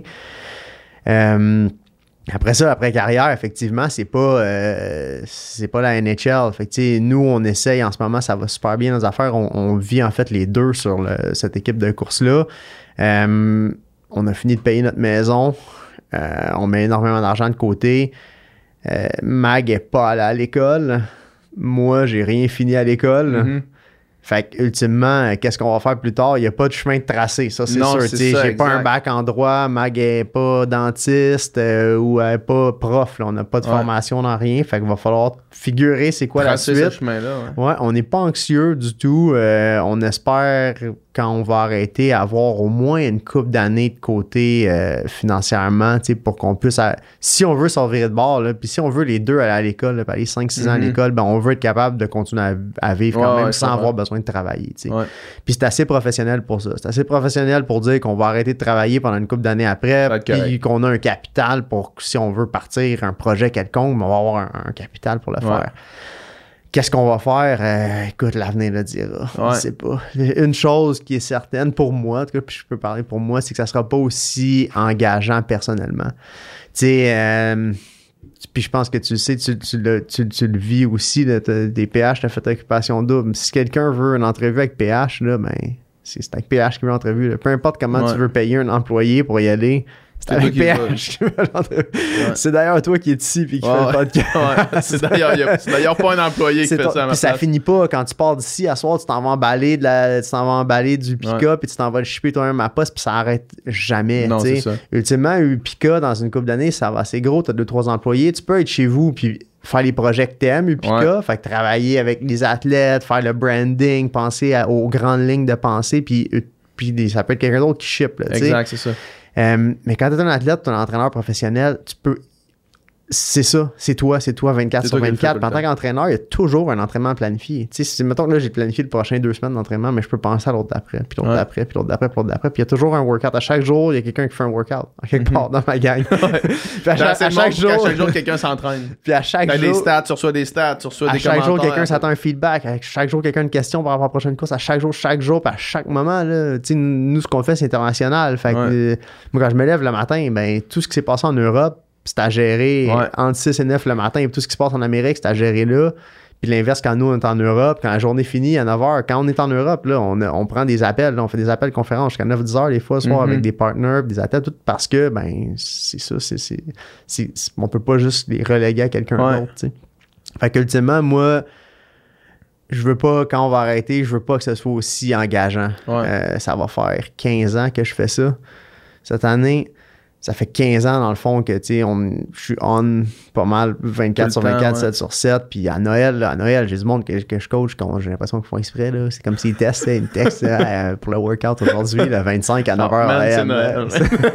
Euh, après ça, après carrière, effectivement, c'est pas euh, c'est pas la N H L. Fait que, tu sais, nous, on essaye en ce moment, ça va super bien nos affaires. On, on vit en fait les deux sur le- cette équipe de course-là. Euh, on a fini de payer notre maison. Euh, on met énormément d'argent de côté. Euh, Mag est pas allé à l'école. Moi, j'ai rien fini à l'école. Mhm. Fait que, ultimement, euh, qu'est-ce qu'on va faire plus tard? Il n'y a pas de chemin de tracé, ça, c'est Non, sûr. c'est Tu sais, ça, j'ai pas un exact. bac en droit, Mag est pas dentiste euh, ou elle est pas prof. Là. On n'a pas de Ouais. formation dans rien. Fait qu'il va falloir figurer c'est quoi Tracer la ce suite. chemin-là. Ouais. Ouais, on n'est pas anxieux du tout. Euh, on espère, quand on va arrêter, avoir au moins une couple d'années de côté euh, financièrement, tu sais, pour qu'on puisse, à- si on veut s'en virer de bord, là, puis si on veut les deux aller à l'école, là, puis aller cinq six ans à Mhm. l'école, ben, on veut être capable de continuer à, à vivre quand Ouais, même ouais, sans je avoir comprends. besoin de travailler. tu sais. Ouais. Puis c'est assez professionnel pour ça. C'est assez professionnel pour dire qu'on va arrêter de travailler pendant une couple d'années après, Ça va être puis correct. qu'on a un capital pour, si on veut partir un projet quelconque, ben, on va avoir un, un capital pour le Ouais. faire. Qu'est-ce qu'on va faire? Euh, écoute, l'avenir le dira. Ouais. Je sais pas. Une chose qui est certaine pour moi, en tout cas, puis je peux parler pour moi, c'est que ça sera pas aussi engageant personnellement. Tu sais, euh, puis je pense que tu le sais, tu, tu, le, tu, tu le vis aussi, là, des P H, t'as fait occupation double. Si quelqu'un veut une entrevue avec P H, là, ben, c'est, c'est avec P H qui veut l'entrevue. Là. Peu importe comment ouais. tu veux payer un employé pour y aller, c'est avec P H qui veut l'entrevue. Ouais. C'est d'ailleurs toi qui es ici et qui ouais, fait le podcast. Ouais. C'est, d'ailleurs, a, c'est d'ailleurs pas un employé qui c'est fait ton, ça à ma Puis ça place. finit pas. Quand tu pars d'ici, à soir, tu t'en vas emballer, de la, tu t'en vas emballer du Pika, ouais. puis tu t'en vas le shipper toi-même à poste, puis ça arrête jamais. Non, t'sais. c'est ça. Ultimement, un Pika, dans une couple d'années, ça va assez gros. Tu as deux, trois employés. Tu peux être chez vous, puis faire les projets que t'aimes, Upika, ouais. fait que travailler avec les athlètes, faire le branding, penser à, aux grandes lignes de pensée, puis, puis ça peut être quelqu'un d'autre qui ship. Là, exact, c'est ça. Euh, mais quand tu es un athlète, tu es un entraîneur professionnel, tu peux. C'est ça, c'est toi, c'est toi vingt-quatre sur vingt-quatre. Puis en tant qu'entraîneur, il y a toujours un entraînement planifié. Tu sais, si, mettons que là, j'ai planifié le prochain deux semaines d'entraînement, mais je peux penser à l'autre d'après, puis l'autre ouais. d'après, puis l'autre d'après, puis l'autre d'après. Puis il y a toujours un workout. À chaque jour, il y a quelqu'un qui fait un workout, à quelque part dans ma gang. Ouais. Puis à, chaque, à, chaque jour, à chaque jour, quelqu'un s'entraîne. Puis à chaque T'as jour. des stats, tu reçois des stats, tu reçois à des commentaires. À chaque jour, quelqu'un s'attend un feedback. À chaque jour, quelqu'un a une question par rapport à la prochaine course. À chaque jour, chaque jour, puis à chaque moment, là, tu sais, nous, ce qu'on fait, c'est international. Fait que ouais. euh, moi, quand je me lève le matin, ben, tout ce qui s'est passé en Europe, c'est à gérer ouais. entre six et neuf le matin. Et tout ce qui se passe en Amérique, c'est à gérer là. Puis l'inverse, quand nous, on est en Europe, quand la journée finit à neuf heures, quand on est en Europe, là, on, on prend des appels. Là, on fait des appels conférences jusqu'à neuf dix heures les fois, le soir, mm-hmm. avec des partners, des athlètes, tout parce que, ben, c'est ça. C'est, c'est, c'est, c'est, on peut pas juste les reléguer à quelqu'un ouais. d'autre. T'sais. Fait qu'ultimement, moi, je veux pas, quand on va arrêter, je veux pas que ce soit aussi engageant. Ouais. Euh, ça va faire quinze ans que je fais ça. Cette année... Ça fait quinze ans, dans le fond, que tu sais, je suis on pas mal vingt-quatre sur vingt-quatre, ouais. sept sur sept. Puis à Noël, là, à Noël, j'ai du monde que, que je coach, quand j'ai l'impression qu'ils font exprès. Là. C'est comme s'ils testent, ils me textent là, pour le workout aujourd'hui, le vingt-cinq à neuf heures. Oh, man, Noël,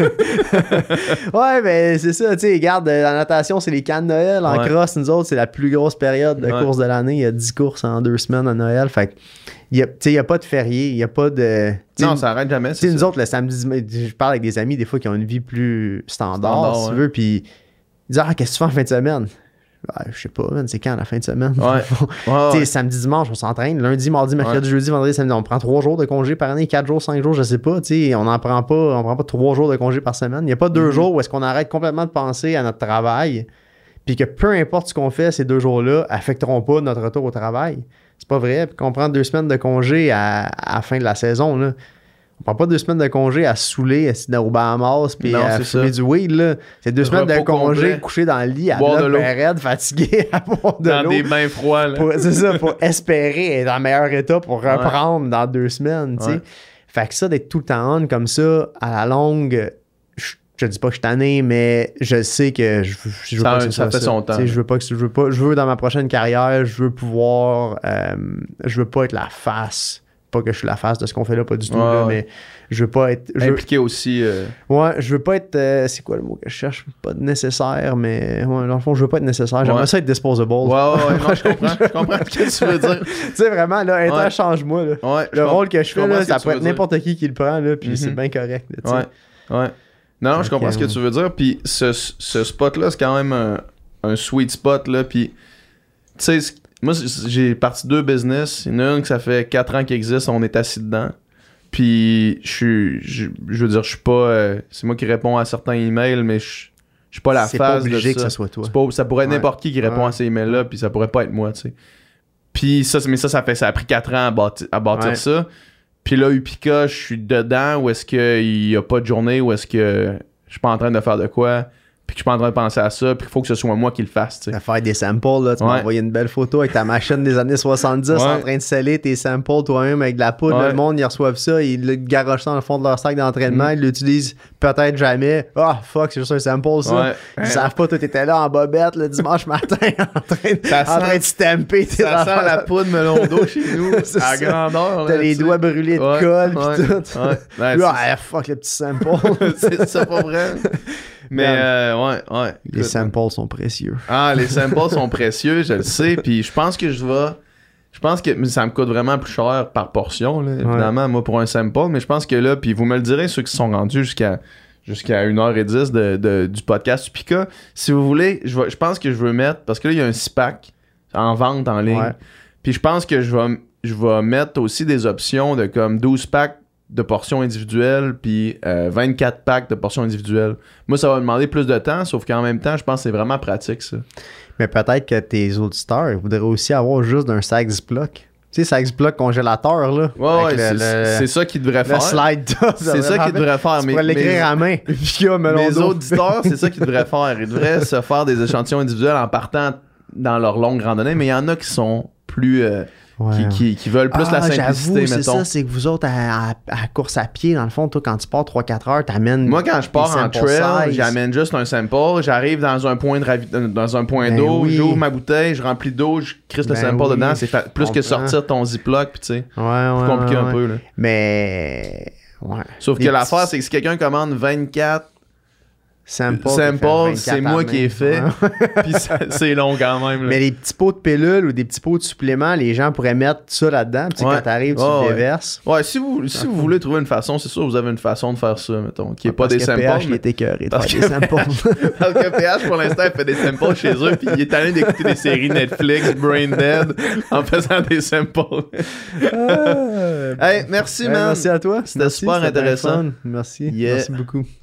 ouais, mais c'est ça, tu sais, regarde, la natation, c'est les camps de Noël. En ouais. cross, nous autres, c'est la plus grosse période de ouais. course de l'année. Il y a dix courses en deux semaines à Noël. Fait que, il n'y a, a pas de férié, il n'y a pas de... Non, ça arrête jamais. C'est nous autres, le samedi, je parle avec des amis des fois qui ont une vie plus standard, standard si ouais. tu veux, puis ils disent « Ah, qu'est-ce que tu fais en fin de semaine? » Ben, je sais pas, man, c'est quand la fin de semaine? Ouais. ouais, ouais. Samedi, dimanche, on s'entraîne. Lundi, mardi, mercredi, ouais. jeudi, vendredi, samedi. On prend trois jours de congé par année, quatre jours, cinq jours, je sais pas. T'sais, on n'en prend pas, on prend pas trois jours de congé par semaine. Il n'y a pas deux mm-hmm. jours où est-ce qu'on arrête complètement de penser à notre travail, puis que peu importe ce qu'on fait, ces deux jours-là affecteront pas notre retour au travail. C'est pas vrai. Puis qu'on prend deux semaines de congé à, à la fin de la saison, là. On prend pas deux semaines de congé à saouler, à aux Bahamas, puis à fumer du weed, là. C'est deux le semaines de congé complet. Couché dans le lit, à boire de l'eau, raide, fatigué, à boire de dans l'eau. Dans des bains froids, là. Pour, c'est ça, pour espérer être dans le meilleur état pour reprendre ouais. dans deux semaines, tu sais. Ouais. Fait que ça, d'être tout le temps on comme ça, à la longue, je, je dis pas que je suis tanné, mais je sais que je, je veux ça, pas que ce ça soit fait ça. son temps. T'sais, je veux pas que je veux pas, je veux dans ma prochaine carrière, je veux pouvoir, euh, je veux pas être la face. Pas que je suis la face de ce qu'on fait là, pas du tout, ouais, là, ouais. mais je veux pas être... Je impliqué veux... aussi. Euh... Ouais, je veux pas être... Euh, c'est quoi le mot que je cherche? Pas nécessaire, mais ouais, dans le fond, je veux pas être nécessaire. J'aimerais ouais. ça être disposable. Ouais, ouais, ouais, non, je comprends. Je comprends ce que tu veux dire. Tu sais, vraiment, là, interchange-moi, là. Ouais, le rôle que je fais, là, ça peut être dire. n'importe qui qui le prend, là, puis mm-hmm. c'est bien correct. Là, ouais, ouais. Non, non, je comprends ce que tu veux dire, puis ce, ce spot-là, c'est quand même un, un sweet spot, là, puis tu sais... Moi, j'ai parti deux business. Il y en a une que ça fait quatre ans qu'il existe, on est assis dedans. Puis, je suis, je, je veux dire, je suis pas... Euh, c'est moi qui réponds à certains emails, mais je, je suis pas la c'est phase pas obligé de ça. que ça soit toi. C'est pas, ça pourrait être ouais. n'importe qui qui répond ouais. à ces emails-là, puis ça pourrait pas être moi, tu sais. Puis ça, mais ça, ça fait, ça a pris quatre ans à bâtir, à bâtir ouais. ça. Puis là, Upika, je suis dedans, ou est-ce qu'il y a pas de journée, ou est-ce que je suis pas en train de faire de quoi... puis que je suis pas en train de penser à ça, puis qu'il faut que ce soit moi qui le fasse, tu sais. Faire des samples, là, tu ouais. m'as envoyé une belle photo avec ta machine des années soixante-dix ouais. en train de sceller tes samples toi-même avec de la poudre. Ouais. Le monde, ils reçoivent ça, ils le garochent ça dans le fond de leur sac d'entraînement, mm. ils l'utilisent peut-être jamais. Ah, oh, fuck, c'est juste un sample, ça. Ouais. Ils ouais. savent pas, toi, t'étais là en bobette le dimanche matin en train de, en sent, train de stamper tes ça sent la poudre melon d'eau chez nous, à ça. grandeur. T'as là, les doigts brûlés de ouais. colle, ouais. pis tout. Ouais. Ouais. Ah, fuck, le petit sample. C'est ça, pas vrai. Mais euh, ouais, ouais. Les samples sont précieux. Ah, les samples sont précieux, je le sais. Puis je pense que je vais. Je pense que ça me coûte vraiment plus cher par portion, là, évidemment, ouais. moi, pour un sample. Mais je pense que là, puis vous me le direz, ceux qui sont rendus jusqu'à jusqu'à une heure dix de, de, du podcast Upika. Si vous voulez, je, vais, je pense que je veux mettre. Parce que là, il y a un six pack en vente en ligne. Ouais. Puis je pense que je vais, je vais mettre aussi des options de comme douze packs de portions individuelles puis euh, vingt-quatre packs de portions individuelles. Moi, ça va me demander plus de temps, sauf qu'en même temps, je pense que c'est vraiment pratique, ça. Mais peut-être que tes auditeurs voudraient aussi avoir juste un sac Ziploc. Tu sais, sac Ziploc congélateur, là. Ouais, ouais, le, c'est, le, c'est ça qu'ils devraient le faire. slide top. C'est ça qu'ils devraient faire. Tu mais, pourrais l'écrire mais, à main. Puis, là, mes auditeurs, c'est ça qu'ils devraient faire. Ils devraient se faire des échantillons individuels en partant dans leur longue randonnée, mais il y en a qui sont plus... Euh, Ouais. Qui, qui, qui veulent plus ah, la simplicité, j'avoue, c'est mettons. ça, c'est que vous autres, à, à, à course à pied, dans le fond, toi, quand tu pars trois quatre heures, t'amènes. Moi, quand je pars en trail, size. j'amène juste un sample. J'arrive dans un point, de ravi- dans un point Ben d'eau, oui. j'ouvre ma bouteille, je remplis d'eau, je crisse le Ben sample oui, dedans. C'est fa- plus je que comprends. sortir ton Ziploc, puis tu sais, Ouais, plus ouais. compliqué ouais, un ouais. peu. Là. Mais. Ouais. Sauf Des que l'affaire, petits c'est que si quelqu'un commande vingt-quatre Sample, samples, c'est moi qui ai fait, Ouais. puis ça- c'est long quand même. Là. Mais les petits pots de pilules ou des petits pots de suppléments, les gens pourraient mettre ça là-dedans. Puis Ouais. quand t'arrives, tu Ouais, le ouais. déverses. Ouais, si vous, si vous voulez trouver une façon, c'est sûr vous avez une façon de faire ça, mettons, qui est pas Parce des que samples. P H, il mais- est écœuré de Parce faire des que- samples. Parce que P H, pour l'instant, il fait des samples chez eux, puis il est allé d'écouter des séries Netflix, Brain Dead, en faisant des samples. Ah, Hey, merci, ouais, man. merci à toi. C'était Merci, super bien intéressant. fun. Merci. Yeah. Merci beaucoup.